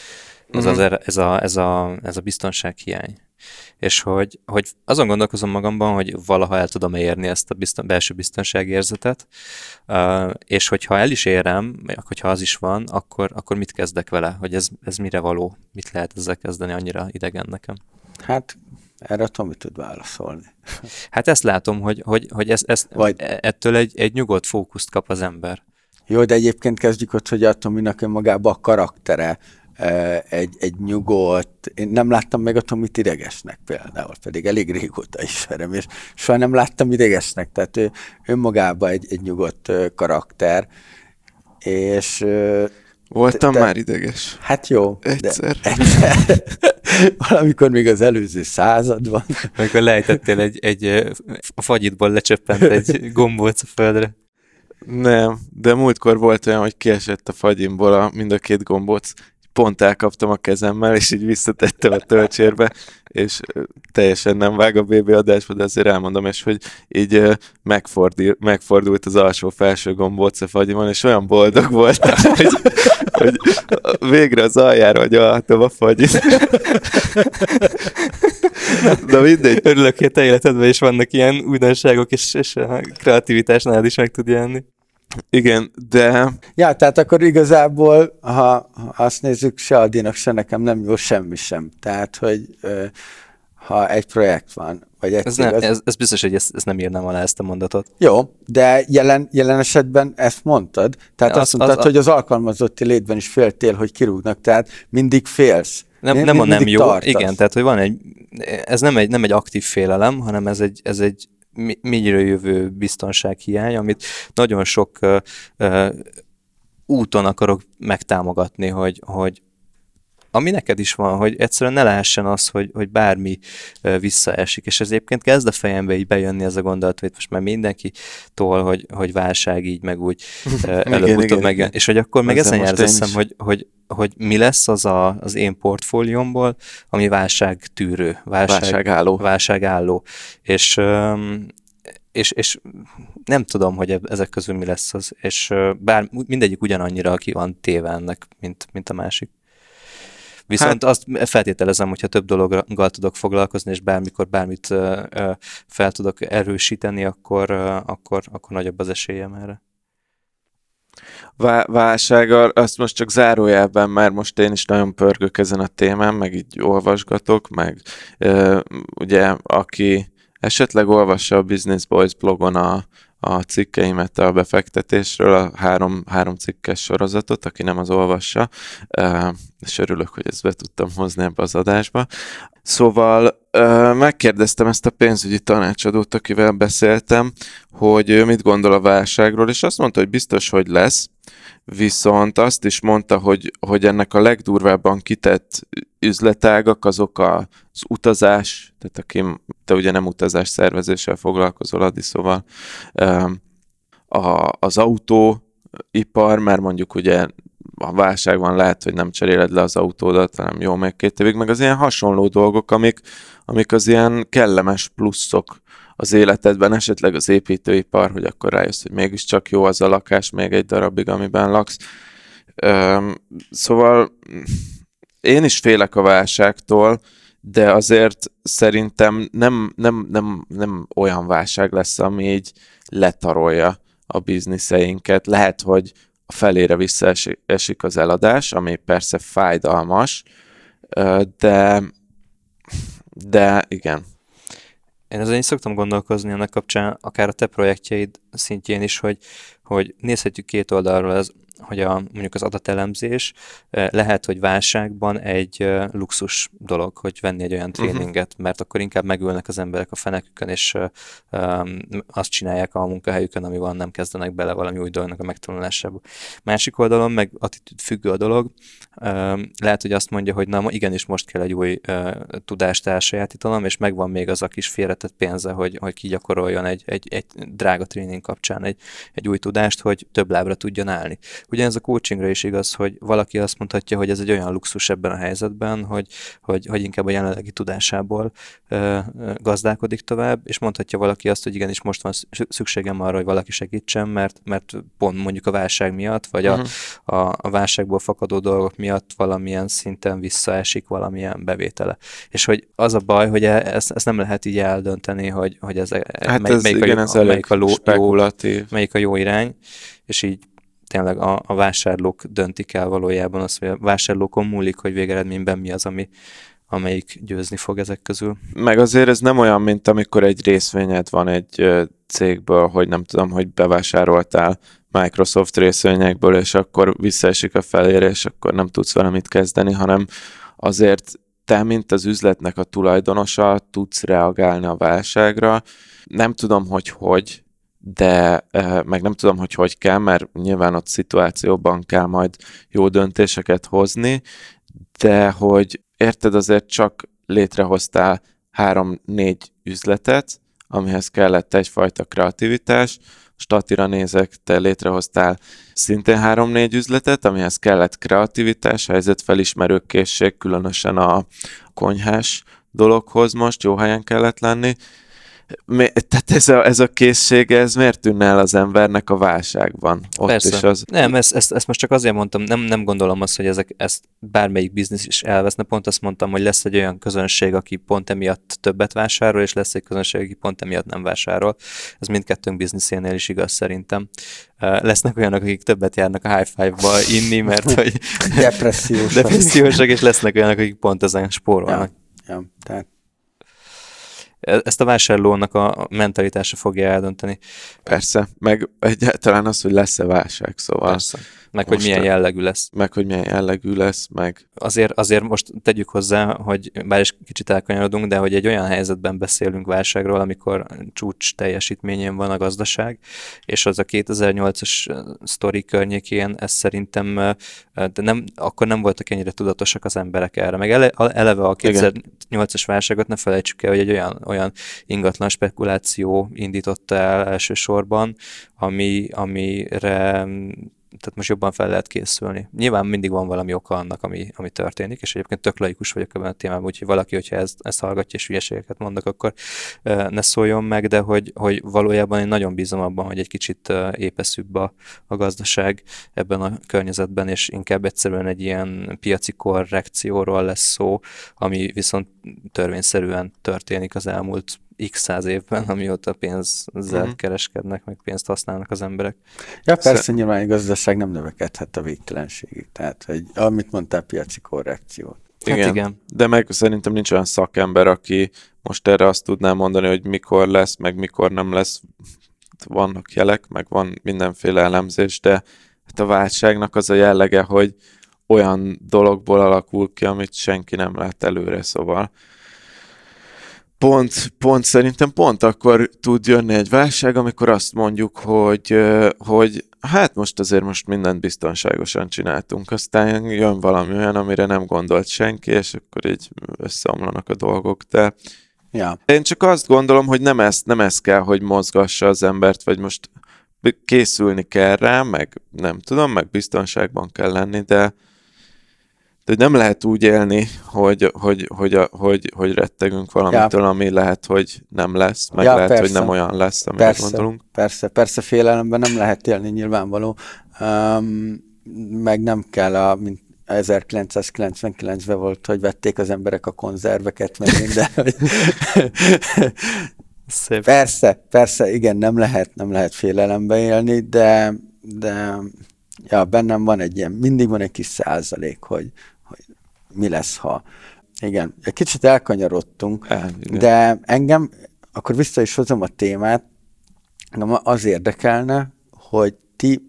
Ez a biztonság hiány. És hogy azon gondolkozom magamban, hogy valaha el tudom érni ezt a belső biztonságérzetet, és hogyha el is érem, hogyha az is van, akkor mit kezdek vele? Hogy ez mire való? Mit lehet ezzel kezdeni, annyira idegen nekem? Hát erre Tomi tud válaszolni. Hát ezt látom, hogy ettől egy nyugodt fókuszt kap az ember. Jó, de egyébként kezdjük ott, hogy a Tominak önmagában a karaktere egy nyugodt, én nem láttam meg a Tomit idegesnek például, pedig elég régóta ismerem, és soha nem láttam idegesnek, tehát ő önmagában egy nyugodt karakter, és... Voltam már ideges. Hát jó. Egyszer. Valamikor még az előző században. Amikor lejtettél egy fagyitból lecsöppent egy gombóc a földre. Nem, de múltkor volt olyan, hogy kiesett a fagyimból mind a két gombóc, pont elkaptam a kezemmel, és így visszatettem a töltsérbe, és teljesen nem vág a BB adásba, de azért elmondom, és hogy így megfordult az alsó-felső gombóc a fagyimon, és olyan boldog voltam, hogy végre az aljára nyalhatom a fagyit. De mindegy. Örülök, hogy a te életedben is vannak ilyen újdonságok, és a kreativitás nálad is meg tud jelenni. Igen, de... Ja, tehát akkor igazából, ha azt nézzük, se Adinak, se nekem nem jó semmi sem. Tehát, hogy ha egy projekt van, vagy egy ez biztos, hogy ezt nem írnám alá, ezt a mondatot. Jó, de jelen esetben ezt mondtad. Tehát azt mondtad, hogy az alkalmazotti létben is féltél, hogy kirúgnak, tehát mindig félsz. Nem jó, tartasz. Igen, tehát hogy van egy ez nem egy aktív félelem, hanem ez egy mélyre jövő biztonsághiány, amit nagyon sok úton akarok megtámogatni, hogy ami neked is van, hogy egyszerűen ne lehessen az, hogy bármi visszaesik, és ez egyébként kezd a fejembe így bejönni ez a gondolat, hogy most már mindenki tol, hogy válság így, meg úgy előbb-utóbb megjön, és hogy akkor meg ezen jár az eszem, hogy mi lesz az én portfóliómból, ami válságtűrő, válságálló. És nem tudom, hogy ezek közül mi lesz az, és bár mindegyik ugyanannyira ki van téve ennek, mint a másik. Viszont azt feltételezem, hogyha több dologgal tudok foglalkozni, és bármikor bármit fel tudok erősíteni, akkor nagyobb az esélyem erre. Válsággal, azt most csak zárójelben, mert most én is nagyon pörgök ezen a témán, meg így olvasgatok, meg ugye aki esetleg olvassa a Business Boys blogon a cikkeimet a befektetésről, a három cikkes sorozatot, aki nem az olvassa, és örülök, hogy ezt be tudtam hozni ebbe az adásba. Szóval megkérdeztem ezt a pénzügyi tanácsadót, akivel beszéltem, hogy ő mit gondol a válságról, és azt mondta, hogy biztos, hogy lesz, viszont azt is mondta, hogy ennek a legdurvábban kitett üzletágak azok az utazás, tehát te ugye nem utazás szervezéssel foglalkozol, Adi, szóval az autóipar, mert mondjuk ugye a válságban lehet, hogy nem cseréled le az autódat, hanem jó még 2 évig, meg az ilyen hasonló dolgok, amik az ilyen kellemes pluszok az életedben, esetleg az építőipar, hogy akkor rájössz, hogy mégiscsak jó az a lakás még egy darabig, amiben laksz. Szóval én is félek a válságtól, de azért szerintem nem olyan válság lesz, ami így letarolja a bizniszeinket. Lehet, hogy a felére visszaesik az eladás, ami persze fájdalmas, de igen. Én azért is szoktam gondolkozni ennek kapcsán, akár a te projektjeid szintjén is, hogy nézhetjük két oldalról, hogy mondjuk az adatelemzés lehet, hogy válságban egy luxus dolog, hogy venni egy olyan tréninget, mert akkor inkább megülnek az emberek a fenekükön, és azt csinálják a munkahelyükön, ami van, nem kezdenek bele valami új dolognak a megtanulásába. Másik oldalon meg attitűd függő a dolog, lehet, hogy azt mondja, hogy na igenis most kell egy új tudást elsajátítanom, és megvan még az a kis félretett pénze, hogy kigyakoroljon egy drága tréning kapcsán egy új tudást, hogy több lábra tudjon állni. Ugyanez a coachingra is igaz, hogy valaki azt mondhatja, hogy ez egy olyan luxus ebben a helyzetben, hogy inkább a jelenlegi tudásából gazdálkodik tovább, és mondhatja valaki azt, hogy igenis most van szükségem arra, hogy valaki segítsen, mert pont mondjuk a válság miatt, vagy a válságból fakadó dolgok miatt valamilyen szinten visszaesik valamilyen bevétele. És hogy az a baj, hogy ezt nem lehet így eldönteni, hogy ez melyik a jó irány, és így tényleg a vásárlók döntik el valójában azt, hogy a vásárlókon múlik, hogy végeredményben mi az, amelyik győzni fog ezek közül. Meg azért ez nem olyan, mint amikor egy részvényed van egy cégből, hogy nem tudom, hogy bevásároltál Microsoft részvényekből, és akkor visszaesik a felére, és akkor nem tudsz vele mit kezdeni, hanem azért te, mint az üzletnek a tulajdonosa, tudsz reagálni a válságra. Nem tudom, hogy de meg nem tudom, hogy kell, mert nyilván ott szituációban kell majd jó döntéseket hozni, de hogy érted, azért csak létrehoztál 3-4 üzletet, amihez kellett egyfajta kreativitás. Statira nézek, te létrehoztál szintén 3-4 üzletet, amihez kellett kreativitás, helyzetfelismerőkészség, különösen a konyhás dologhoz most jó helyen kellett lenni. Tehát ez a készség, ez miért tűnne el az embernek a válságban? Ott persze. Is az... Nem, ezt most csak azért mondtam, nem gondolom azt, hogy ezt bármelyik biznisz is elveszne, pont azt mondtam, hogy lesz egy olyan közönség, aki pont emiatt többet vásárol, és lesz egy közönség, aki pont emiatt nem vásárol. Ez mindkettőnk bizniszénél is igaz szerintem. Lesznek olyanok, akik többet járnak a High Five-ba inni, mert hogy depressziósak, és lesznek olyanok, akik pont ezen spórolnak. Ja, tehát ezt a vásárlónak a mentalitása fogja eldönteni. Persze, meg egyáltalán az, hogy lesz-e válság, szóval Persze. Meg hogy milyen jellegű lesz. Meg Azért most tegyük hozzá, hogy bár is kicsit elkanyarodunk, de hogy egy olyan helyzetben beszélünk válságról, amikor csúcs teljesítményén van a gazdaság, és az a 2008-as sztori környékén ez szerintem, de akkor nem voltak ennyire tudatosak az emberek erre. Meg eleve a 2008-as válságot ne felejtsük el, hogy egy olyan ingatlan spekuláció indította el elsősorban, amire tehát most jobban fel lehet készülni. Nyilván mindig van valami oka annak, ami történik, és egyébként tök laikus vagyok ebben a témában, úgyhogy valaki, hogyha ezt hallgatja és hülyeségeket mondok, akkor ne szóljon meg, de hogy valójában én nagyon bízom abban, hogy egy kicsit épeszűbb a gazdaság ebben a környezetben, és inkább egyszerűen egy ilyen piaci korrekcióról lesz szó, ami viszont törvényszerűen történik az elmúlt x 100 évben, amióta pénzzel kereskednek, meg pénzt használnak az emberek. Ja, persze, nyilván egy gazdaság nem növekedhet a végtelenségig. Tehát, hogy amit mondtál, piaci korrekció. Igen, de meg szerintem nincs olyan szakember, aki most erre azt tudná mondani, hogy mikor lesz, meg mikor nem lesz. Vannak jelek, meg van mindenféle elemzés, de hát a válságnak az a jellege, hogy olyan dologból alakul ki, amit senki nem lát előre, szóval szerintem pont akkor tud jönni egy válság, amikor azt mondjuk, hogy hát most mindent biztonságosan csináltunk, aztán jön valami olyan, amire nem gondolt senki, és akkor így összeomlanak a dolgok, de ja. Én csak azt gondolom, hogy nem ez kell, hogy mozgassa az embert, vagy most készülni kell rá, meg nem tudom, meg biztonságban kell lenni, de nem lehet úgy élni, hogy rettegünk valamitől, ami lehet, hogy nem lesz, meg lehet, persze, hogy nem olyan lesz, amire gondolunk. Persze, félelemben nem lehet élni, nyilvánvaló. Meg nem kell, mint 1999-ben volt, hogy vették az emberek a konzerveket, meg minden. Persze, igen, nem lehet félelembe élni, de ja, bennem van mindig van egy kis százalék, hogy mi lesz, ha... Igen, egy kicsit elkanyarodtunk, de engem, akkor vissza is hozom a témát, az érdekelne, hogy ti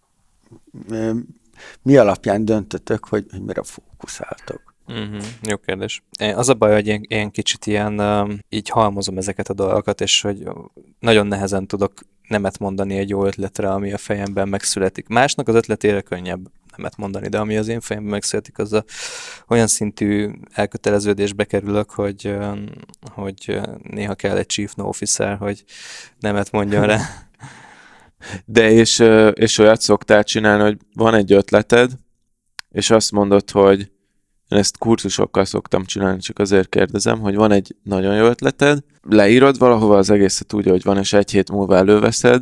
mi alapján döntötök, hogy mire fókuszáltok. Jó kérdés. Az a baj, hogy én kicsit így halmozom ezeket a dolgokat, és hogy nagyon nehezen tudok nemet mondani egy jó ötletre, ami a fejemben megszületik. Másnak az ötletére könnyebb nemet mondani, de ami az én fejemben megszületik, az olyan szintű elköteleződésbe kerülök, hogy néha kell egy chief no officer, hogy nemet mondjon rá. De és olyat szoktál csinálni, hogy van egy ötleted, és azt mondod, hogy én ezt kurzusokkal szoktam csinálni, csak azért kérdezem, hogy van egy nagyon jó ötleted, leírod valahova az egészet úgy, hogy van, és egy hét múlva előveszed,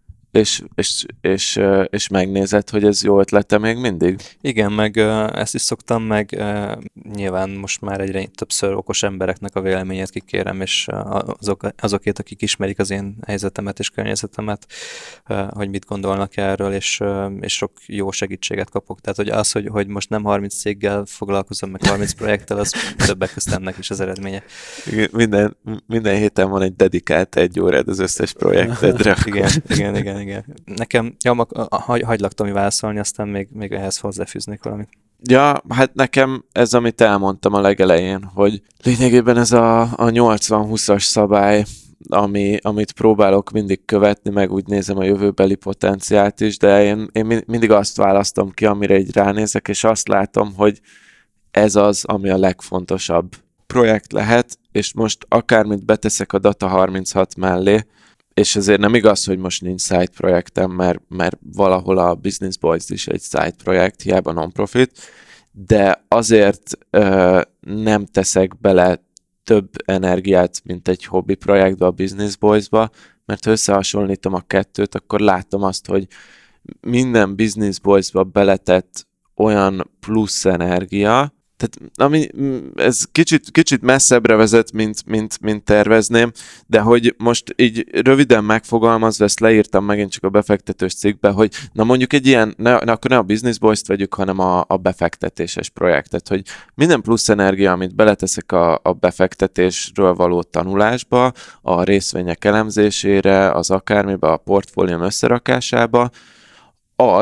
és megnézed, hogy ez jó ötlete még mindig? Igen, meg ezt is szoktam, meg nyilván most már egyre többször okos embereknek a véleményét kikérem, és azokét, akik ismerik az én helyzetemet és környezetemet, hogy mit gondolnak erről, és sok jó segítséget kapok. Tehát, hogy az, hogy most nem 30 céggel foglalkozom, meg 30 projekttel, az többek közt ennek is az eredménye. Minden héten van egy dedikált 1 órád az összes projektedre. Igen. Nekem, hagylak Tomi válaszolni, aztán még ehhez hozzáfűznék valamit. Ja, hát nekem ez, amit elmondtam a legelején, hogy lényegében ez a 80-20-as szabály, amit próbálok mindig követni, meg úgy nézem a jövőbeli potenciált is, de én mindig azt választom ki, amire így ránézek, és azt látom, hogy ez az, ami a legfontosabb projekt lehet, és most akármit beteszek a Data 36 mellé, és ezért nem igaz, hogy most nincs side projektem, mert valahol a Business Boys is egy side projekt, hiába non-profit, de azért nem teszek bele több energiát, mint egy hobby projektbe, a Business Boys-ba, mert ha összehasonlítom a kettőt, akkor látom azt, hogy minden Business Boys-ba beletett olyan plusz energia, tehát ez kicsit messzebbre vezet, mint tervezném, de hogy most így röviden megfogalmazva, ezt leírtam megint csak a befektetős cikkbe, hogy na mondjuk egy ilyen, akkor ne a Business Boys-t vegyük, hanem a befektetéses projektet, hogy minden plusz energia, amit beleteszek a befektetésről való tanulásba, a részvények elemzésére, az akármibe, a portfólióm összerakásába, az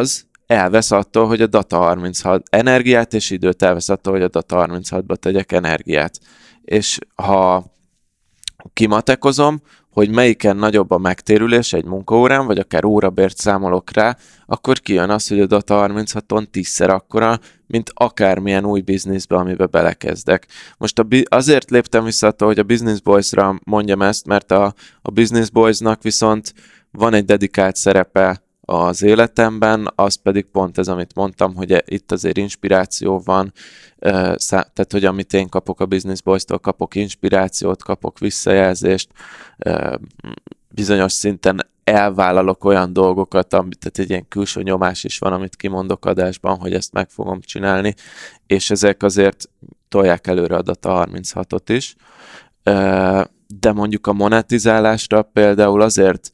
elvesz attól, hogy a Data 36 energiát és időt elvesz attól, hogy a Data 36-ba tegyek energiát. És ha kimatekozom, hogy melyiken nagyobb a megtérülés egy munkaórán, vagy akár órabért számolok rá, akkor kijön az, hogy a Data 36-on 10-szer akkora, mint akármilyen új bizniszbe, amiben belekezdek. Most azért léptem vissza attól, hogy a Business Boys-ra mondjam ezt, mert a Business Boys-nak viszont van egy dedikált szerepe az életemben, az pedig pont ez, amit mondtam, hogy itt azért inspiráció van, tehát, hogy amit én kapok a Business Boys-tól, kapok inspirációt, kapok visszajelzést, bizonyos szinten elvállalok olyan dolgokat, tehát egy ilyen külső nyomás is van, amit kimondok adásban, hogy ezt meg fogom csinálni, és ezek azért tolják előre a Data 36-ot is, de mondjuk a monetizálásra például azért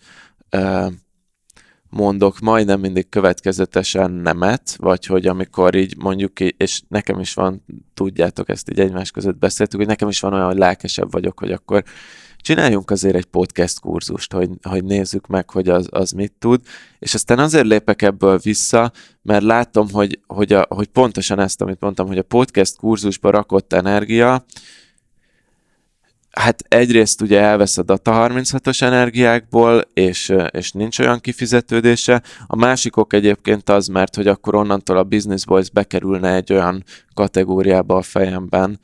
mondok majdnem mindig következetesen nemet, vagy hogy amikor így mondjuk, és nekem is van, tudjátok, ezt így egymás között beszéltük, hogy nekem is van olyan, hogy lelkesebb vagyok, hogy akkor csináljunk azért egy podcast kurzust, hogy nézzük meg, hogy az mit tud, és aztán azért lépek ebből vissza, mert látom, hogy pontosan ezt, amit mondtam, hogy a podcast kurzusba rakott energia, hát egyrészt ugye elvesz a Data 36-os energiákból, és nincs olyan kifizetődése. A másik ok egyébként az, mert hogy akkor onnantól a Business Boys bekerülne egy olyan kategóriába a fejemben,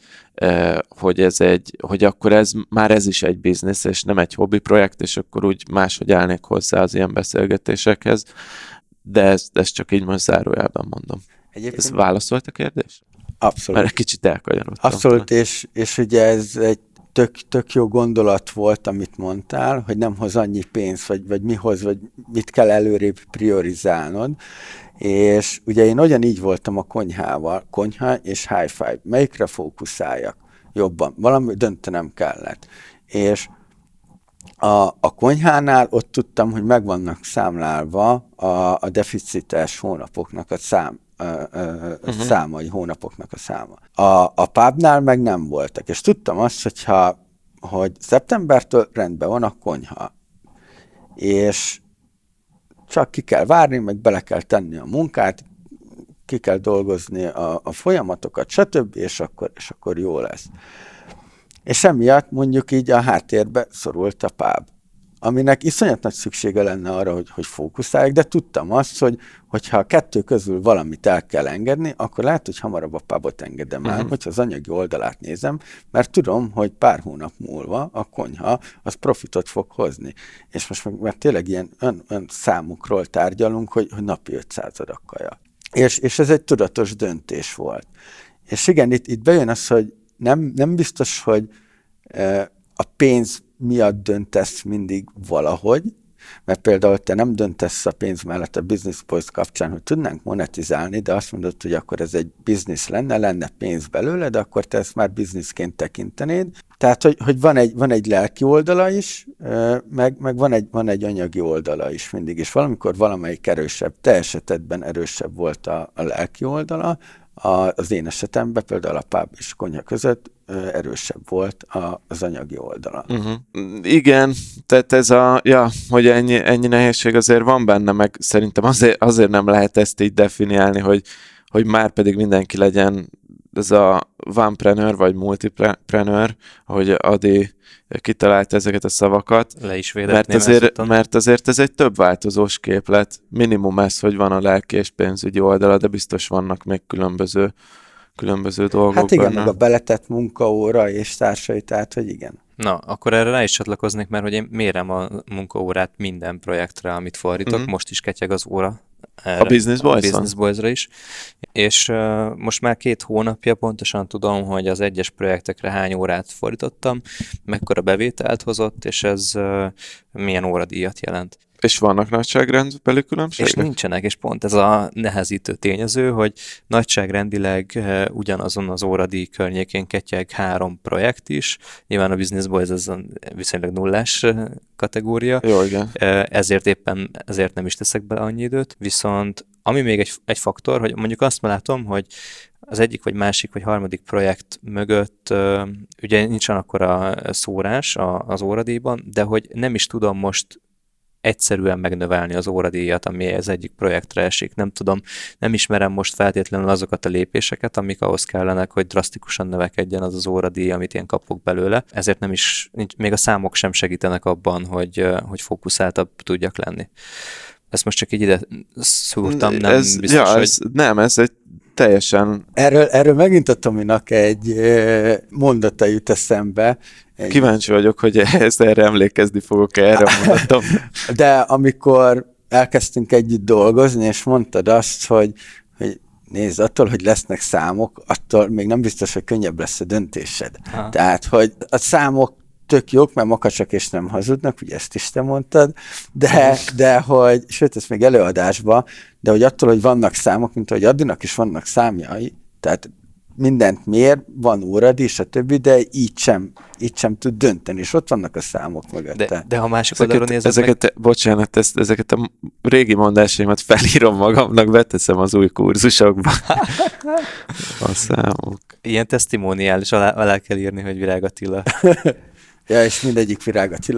hogy akkor ez is egy biznisz, és nem egy hobbi projekt, és akkor úgy máshogy állnék hozzá az ilyen beszélgetésekhez. De ezt csak így most zárójelben mondom. Egyébként... Ez válaszolt a kérdés? Abszolút. Mert egy kicsit elkanyarodtam. Abszolút, és ugye ez egy tök jó gondolat volt, amit mondtál, hogy nem hoz annyi pénzt, vagy mi hoz, vagy mit kell előrébb priorizálnod. És ugye én ugyanígy voltam a konyhával, konyha és hi-fi. Melyikre fókuszáljak jobban? Valami döntenem kellett. És a konyhánál ott tudtam, hogy meg vannak számlálva a deficites hónapoknak a száma, vagy hónapoknak a száma. A pubnál meg nem voltak, és tudtam azt, hogy szeptembertől rendben van a konyha, és csak ki kell várni, meg bele kell tenni a munkát, ki kell dolgozni a folyamatokat, stb., és akkor jó lesz. És emiatt mondjuk így a háttérbe szorult a pub, aminek iszonyat nagy szüksége lenne arra, hogy fókuszálják, de tudtam azt, hogyha a kettő közül valamit el kell engedni, akkor lehet, hogy hamarabb a pubot engedem el, hogyha az anyagi oldalát nézem, mert tudom, hogy pár hónap múlva a konyha az profitot fog hozni. És most meg tényleg ilyen ön számukról tárgyalunk, hogy napi 500 adag kaja. És ez egy tudatos döntés volt. És igen, itt bejön az, hogy nem biztos, hogy a pénz miatt döntesz mindig valahogy, mert például te nem döntesz a pénz mellett a Business Boys kapcsán, hogy tudnánk monetizálni, de azt mondod, hogy akkor ez egy biznisz lenne pénz belőle, de akkor te ezt már bizniszként tekintenéd. Tehát, hogy van egy lelki oldala is, meg van egy anyagi oldala is mindig, és valamikor valamelyik erősebb, te esetedben erősebb volt a lelki oldala, az én esetemben például a pub és konyha között erősebb volt az anyagi oldala. Igen, tehát ez hogy ennyi nehézség azért van benne, meg szerintem azért nem lehet ezt így definiálni, hogy már pedig mindenki legyen ez a vanpreneur vagy multipreneur, ahogy Adi kitalálta ezeket a szavakat. Le is védett mert azért ez egy több változós képlet. Minimum ez, hogy van a lelki és pénzügyi oldala, de biztos vannak még különböző dolgok. Hát igen, meg a beletett munkaóra és társai, tehát hogy igen. Na, akkor erre rá is csatlakoznék, mert hogy én mérem a munkaórát minden projektre, amit fordítok. Most is ketyeg az óra. Erre, a Business Boys-on? A Business Boys-ra is. És most már 2 hónapja pontosan tudom, hogy az egyes projektekre hány órát fordítottam, mekkora bevételt hozott, és ez milyen óradíjat jelent. És vannak nagyságrendbeli különbségek? És nincsenek, és pont ez a nehezítő tényező, hogy nagyságrendileg ugyanazon az óradíj környékén ketyeg 3 projekt is. Nyilván a Business Boys ez viszonylag nullás kategória. Jó, igen. Ezért nem is teszek bele annyi időt. Viszont ami még egy faktor, hogy mondjuk azt látom, hogy az egyik, vagy másik, vagy harmadik projekt mögött ugye nincsen akkora szórás az óradíjban, de hogy nem is tudom most egyszerűen megnövelni az óradíjat, ami az egyik projektre esik. Nem tudom, nem ismerem most feltétlenül azokat a lépéseket, amik ahhoz kellenek, hogy drasztikusan növekedjen az az óradíj, amit én kapok belőle. Ezért még a számok sem segítenek abban, hogy fókuszáltabb tudjak lenni. Ezt most csak így ide szúrtam, nem biztos, hogy... Ez egy teljesen... Erről megint a Tominak egy mondata jut eszembe. Kíváncsi vagyok, hogy erre emlékezni fogok erre mondatom. De amikor elkezdtünk együtt dolgozni, és mondtad azt, hogy nézd, attól, hogy lesznek számok, attól még nem biztos, hogy könnyebb lesz a döntésed. Ha. Tehát, hogy a számok tök jók, mert makacsak és nem hazudnak, ugye ezt is te mondtad, de hogy, sőt, ez még előadásban, de hogy attól, hogy vannak számok, mint hogy Addinak is vannak számjai, tehát mindent mér, van óradíj, stb., de így sem tud dönteni, és ott vannak a számok mögötte. De ha másik oldalról nézed Bocsánat, ezeket a régi mondásaimat felírom magamnak, beteszem az új kurzusokba. A számok. Ilyen testimoniál is alá kell írni, hogy Virág Attila. Ja, és mindegyik Virág Attila.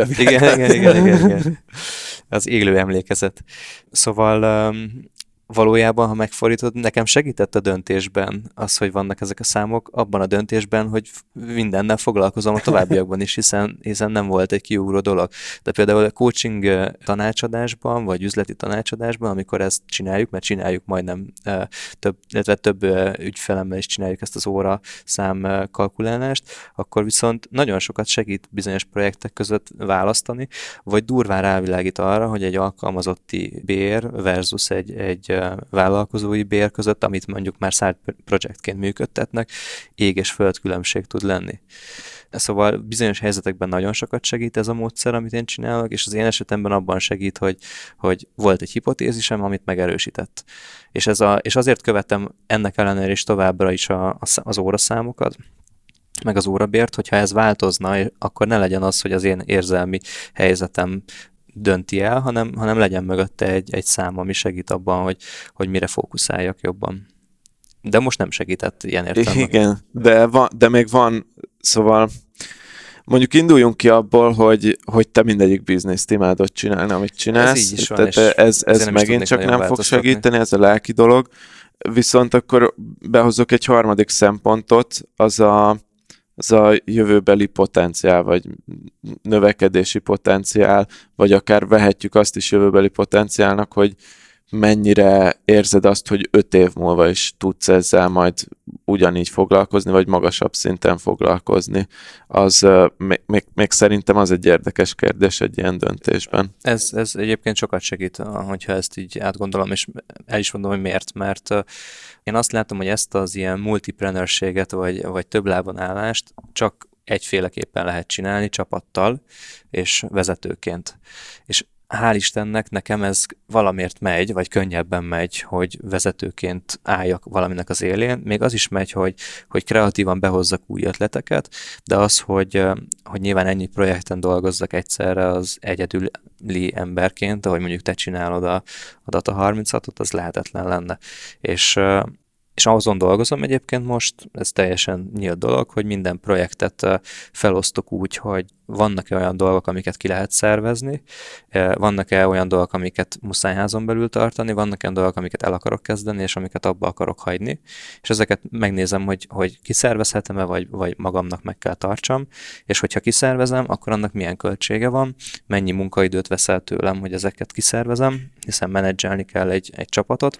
Igen. Az élő emlékezet. Szóval valójában, ha megfordítod, nekem segített a döntésben az, hogy vannak ezek a számok, abban a döntésben, hogy mindennel foglalkozom a továbbiakban is, hiszen nem volt egy kiugró dolog. De például a coaching tanácsadásban, vagy üzleti tanácsadásban, amikor ezt csináljuk, mert csináljuk majdnem több ügyfelemmel is csináljuk ezt az óra szám kalkulálást, akkor viszont nagyon sokat segít bizonyos projektek között választani, vagy durván rávilágít arra, hogy egy alkalmazotti bér versus egy vállalkozói bér között, amit mondjuk már side projectként működtetnek, ég és föld különbség tud lenni. Szóval bizonyos helyzetekben nagyon sokat segít ez a módszer, amit én csinálok, és az én esetemben abban segít, hogy volt egy hipotézisem, amit megerősített. És azért követem ennek ellenére is továbbra is az óraszámokat, meg az órabért, hogyha ez változna, akkor ne legyen az, hogy az én érzelmi helyzetem dönti el, hanem legyen mögötte egy szám, ami segít abban, hogy mire fókuszáljak jobban. De most nem segített ilyen értelemben. Igen, de még van, szóval mondjuk induljunk ki abból, hogy te mindegyik bizniszt imádod csinálni, amit csinálsz. Ez így is van, ez megint csak nem fog segíteni, ez a lelki dolog. Viszont akkor behozok egy harmadik szempontot, az a jövőbeli potenciál, vagy növekedési potenciál, vagy akár vehetjük azt is jövőbeli potenciálnak, hogy mennyire érzed azt, hogy 5 év múlva is tudsz ezzel majd ugyanígy foglalkozni, vagy magasabb szinten foglalkozni. Az még szerintem az egy érdekes kérdés egy ilyen döntésben. Ez egyébként sokat segít, hogyha ezt így átgondolom, és el is mondom, hogy miért, mert én azt látom, hogy ezt az ilyen multipreneurséget, vagy több lábon állást csak egyféleképpen lehet csinálni, csapattal és vezetőként. És hál' Istennek nekem ez valamiért megy, vagy könnyebben megy, hogy vezetőként álljak valaminek az élén. Még az is megy, hogy kreatívan behozzak új ötleteket, de az, hogy nyilván ennyi projekten dolgozzak egyszerre az egyedüli emberként, ahogy mondjuk te csinálod a Data 36-ot, az lehetetlen lenne. És azon dolgozom egyébként most, ez teljesen nyílt dolog, hogy minden projektet felosztok úgy, hogy vannak-e olyan dolgok, amiket ki lehet szervezni, vannak-e olyan dolgok, amiket muszáj házon belül tartani, vannak olyan dolgok, amiket el akarok kezdeni, és amiket abba akarok hagyni, és ezeket megnézem, hogy kiszervezhetem-e, vagy magamnak meg kell tartsam, és hogyha kiszervezem, akkor annak milyen költsége van, mennyi munkaidőt vesz el tőlem, hogy ezeket kiszervezem, hiszen menedzselni kell egy csapatot,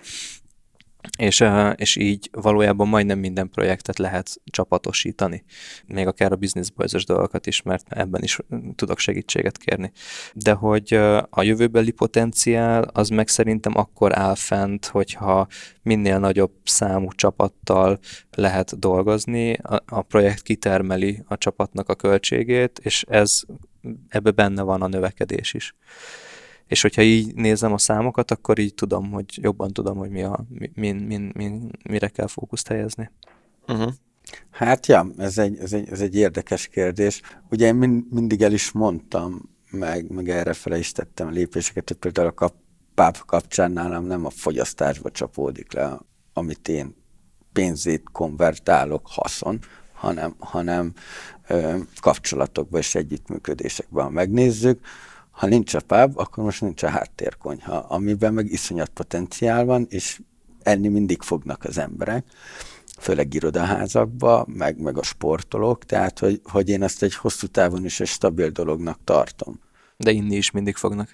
és így valójában majdnem minden projektet lehet csapatosítani. Még akár a Business Boys-os dolgokat is, mert ebben is tudok segítséget kérni. De hogy a jövőbeli potenciál, az meg szerintem akkor áll fent, hogyha minél nagyobb számú csapattal lehet dolgozni, a projekt kitermeli a csapatnak a költségét, és ebbe benne van a növekedés is. És hogyha így nézem a számokat, akkor így jobban tudom, hogy mire kell fókuszt helyezni. Uh-huh. Hát ja, ez egy érdekes kérdés. Ugye én mindig el is mondtam, meg errefele is tettem lépéseket, hogy például a PAP kapcsán nálam nem a fogyasztásba csapódik le, amit én pénzét konvertálok haszon, hanem kapcsolatokba és együttműködésekben megnézzük, Ha nincs a pub, akkor most nincs a háttérkonyha, amiben meg iszonyat potenciál van, és enni mindig fognak az emberek, főleg irodaházakba, meg a sportolók, tehát hogy én azt egy hosszú távon is egy stabil dolognak tartom. De inni is mindig fognak.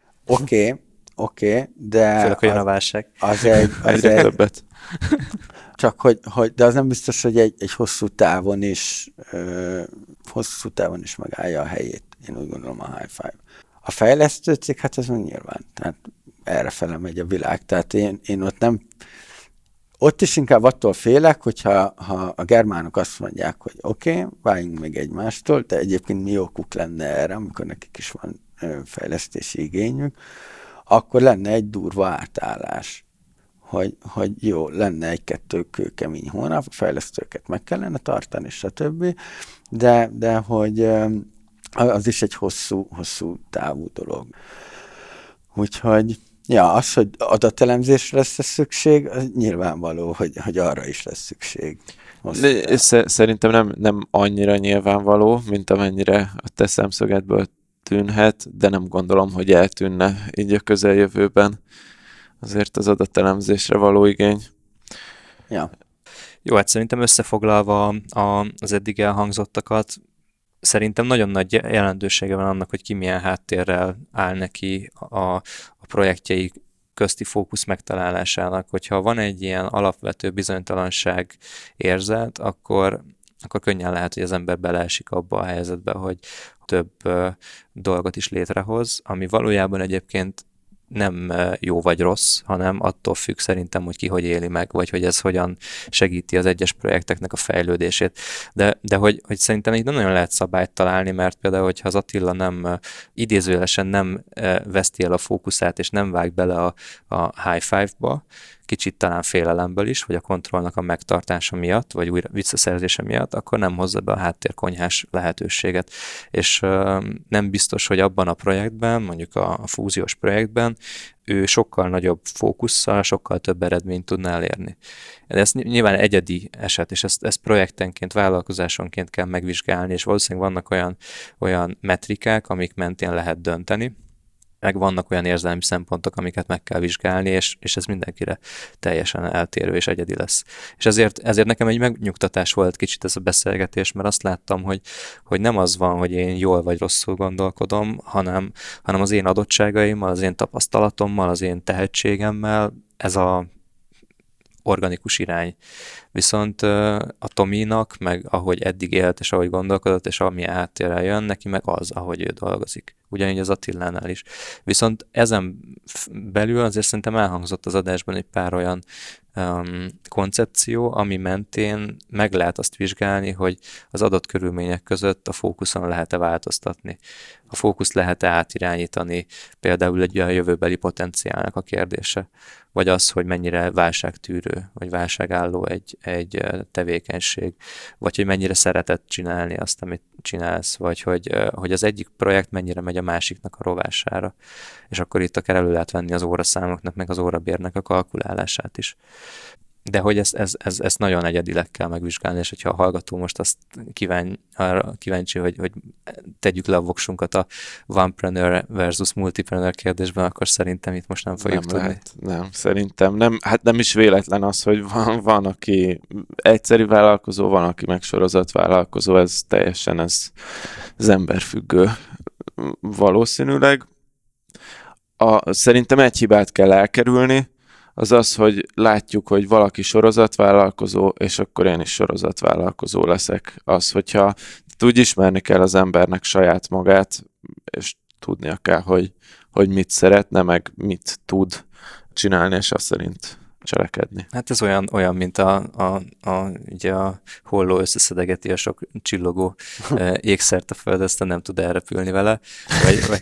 Oké, de... Főleg, hogy jön a válság. Az egy többet. Csak de az nem biztos, hogy egy hosszú távon is megállja a helyét. Én úgy gondolom a High Five. A fejlesztő cég, hát ez meg nyilván. Tehát errefele megy a világ. Tehát én ott is inkább attól félek, hogyha a germánok azt mondják, hogy oké, váljunk meg egymástól, de egyébként mi okuk lenne erre, amikor nekik is van fejlesztési igényük, akkor lenne egy durva átállás. Hogy jó, lenne egy-kettő kőkemény hónap, a fejlesztőket meg kellene tartani, stb. De hogy az is egy hosszú távú dolog. Úgyhogy az, hogy adatelemzésre lesz szükség, az nyilvánvaló, hogy arra is lesz szükség. Szerintem nem annyira nyilvánvaló, mint amennyire a te szemszögedből tűnhet, de nem gondolom, hogy eltűnne így a közeljövőben azért az adatelemzésre való igény. Ja. Jó, hát szerintem összefoglalva az eddig elhangzottakat, szerintem nagyon nagy jelentősége van annak, hogy ki milyen háttérrel áll neki a projektjei közti fókusz megtalálásának. Hogyha van egy ilyen alapvető bizonytalanság érzet, akkor könnyen lehet, hogy az ember beleesik abba a helyzetbe, hogy több dolgot is létrehoz, ami valójában egyébként nem jó vagy rossz, hanem attól függ szerintem, hogy ki hogy éli meg, vagy hogy ez hogyan segíti az egyes projekteknek a fejlődését. De hogy szerintem így nem nagyon lehet szabályt találni, mert például, hogyha az Attila nem idézőjelesen nem veszti el a fókuszát, és nem vág bele a High Five-ba, kicsit talán félelemből is, vagy a kontrollnak a megtartása miatt, vagy újra visszaszerzése miatt, akkor nem hozza be a háttérkonyhás lehetőséget. És nem biztos, hogy abban a projektben, mondjuk a fúziós projektben, ő sokkal nagyobb fókusszal, sokkal több eredményt tudna elérni. De ez nyilván egyedi eset, és ezt projektenként, vállalkozásonként kell megvizsgálni, és valószínűleg vannak olyan metrikák, amik mentén lehet dönteni, meg vannak olyan érzelmi szempontok, amiket meg kell vizsgálni, és ez mindenkire teljesen eltérő és egyedi lesz. És ezért nekem egy megnyugtatás volt kicsit ez a beszélgetés, mert azt láttam, hogy nem az van, hogy én jól vagy rosszul gondolkodom, hanem az én adottságaimmal, az én tapasztalatommal, az én tehetségemmel ez a organikus irány. Viszont a Tominak, meg ahogy eddig élt, és ahogy gondolkodott, és ami áttérrel jön, neki meg az, ahogy ő dolgozik. Ugyanígy az Attilánál is. Viszont ezen belül azért szerintem elhangzott az adásban egy pár olyan koncepció, ami mentén meg lehet azt vizsgálni, hogy az adott körülmények között a fókuszon lehet-e változtatni. A fókuszt lehet-e átirányítani, például egy olyan jövőbeli potenciálnak a kérdése, vagy az, hogy mennyire válságtűrő, vagy válságálló egy tevékenység, vagy hogy mennyire szereted csinálni azt, amit csinálsz, vagy hogy az egyik projekt mennyire megy a másiknak a rovására. És akkor itt akár elő lehet venni az óraszámoknak, meg az órabérnek a kalkulálását is. De hogy ezt nagyon egyedileg kell megvizsgálni, és hogyha a hallgató most azt kíváncsi, hogy tegyük le a voksunkat a onepreneur versus multipreneur kérdésben, akkor szerintem itt most nem fogjuk tudni. Nem, szerintem nem. Hát nem is véletlen az, hogy van aki egyszerű vállalkozó, van, aki meg sorozatvállalkozó, ez teljesen az emberfüggő valószínűleg. Szerintem egy hibát kell elkerülni, az, hogy látjuk, hogy valaki sorozatvállalkozó, és akkor én is sorozatvállalkozó leszek. Az, hogyha úgy ismerni kell az embernek saját magát, és tudnia kell, hogy mit szeretne, meg mit tud csinálni, és azt szerint cselekedni. Hát ez olyan mint ugye a holló összeszedegeti a sok csillogó ékszert a föld, aztán nem tud elrepülni vele. Vagy...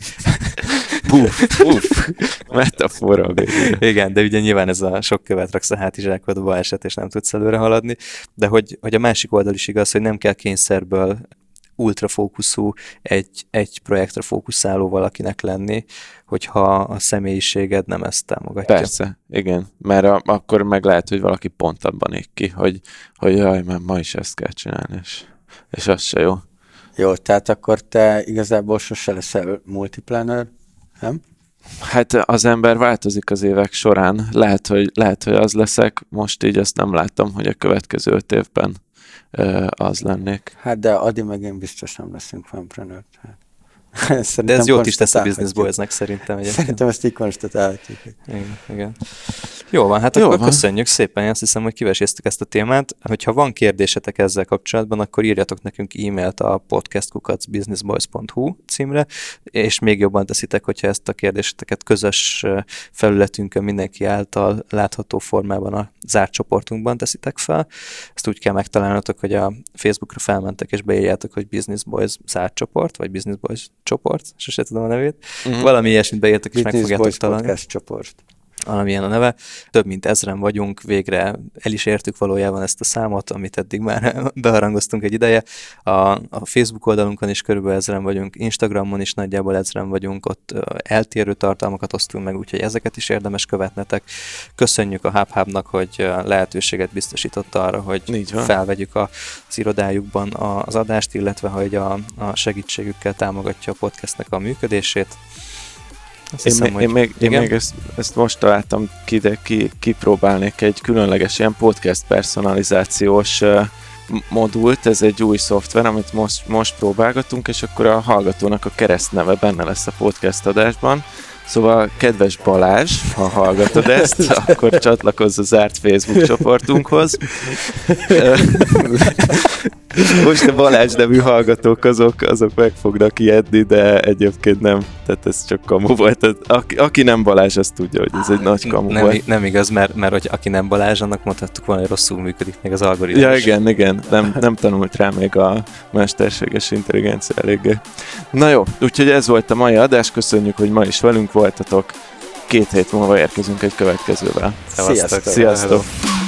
Puff, metafora a végére. Igen, de ugye nyilván ez a sok követ raksz a hátizsákodba eset, és nem tudsz előre haladni, de hogy a másik oldal is igaz, hogy nem kell kényszerből ultrafókuszú, egy projektre fókuszáló valakinek lenni, hogyha a személyiséged nem ezt támogatja. Persze, igen, mert akkor meg lehet, hogy valaki pont abban ég ki, hogy jaj, mert ma is ezt kell csinálni, és az se jó. Jó, tehát akkor te igazából sose leszel multiplanner, nem? Hát az ember változik az évek során. Lehet, hogy az leszek. Most így azt nem láttam, hogy a következő 5 évben az lennék. Hát de Adi meg én biztos nem leszünk fanpreneur. De ez jót is tesz a Business Boys-nek szerintem. Egyébként. Szerintem ezt így konstatálhatjuk. Igen. Jó van, hát akkor köszönjük szépen. Én azt hiszem, hogy kiveséztük ezt a témát. Hogyha van kérdésetek ezzel kapcsolatban, akkor írjatok nekünk e-mailt a podcast@businessboys.hu címre, és még jobban teszitek, hogyha ezt a kérdéseteket közös felületünkön mindenki által látható formában a zárt csoportunkban teszitek fel. Ezt úgy kell megtalálnotok, hogy a Facebookra felmentek és beírjátok, hogy Business Boys zárt csoport, vagy Business Boys csoport, sose tudom a nevét. Valami ilyesmit beírtak, és meg fogjátok találni. Podcast csoport. Valamilyen a neve. Több mint 1000-en vagyunk, végre el is értük valójában ezt a számot, amit eddig már beharangoztunk egy ideje. A Facebook oldalunkon is körülbelül 1000-en vagyunk, Instagramon is nagyjából 1000-en vagyunk, ott eltérő tartalmakat osztunk meg, úgyhogy ezeket is érdemes követnetek. Köszönjük a HubHub-nak, hogy lehetőséget biztosította arra, hogy felvegyük az irodájukban az adást, illetve hogy a segítségükkel támogatja a podcastnek a működését. Én még ezt most találtam ki, de kipróbálnék egy különleges ilyen podcast personalizációs modult, ez egy új szoftver, amit most próbálgatunk, és akkor a hallgatónak a keresztneve benne lesz a podcast adásban. Szóval, kedves Balázs, ha hallgatod ezt, akkor csatlakozz a zárt Facebook csoportunkhoz. Most a Balázs nevű hallgatók azok meg fognak ijedni, de egyébként nem. Tehát ez csak kamu volt. Aki nem Balázs, az tudja, hogy ez egy nagy kamu volt. Nem igaz, mert hogy aki nem Balázs, annak mondhattuk volna, hogy rosszul működik még az algoritmus. Ja, igen. Nem tanult rá még a mesterséges intelligencia eléggé. Na jó, úgyhogy ez volt a mai adás. Köszönjük, hogy ma is velünk voltatok. 2 hét múlva érkezünk egy következővel. Sziasztok! Sziasztok.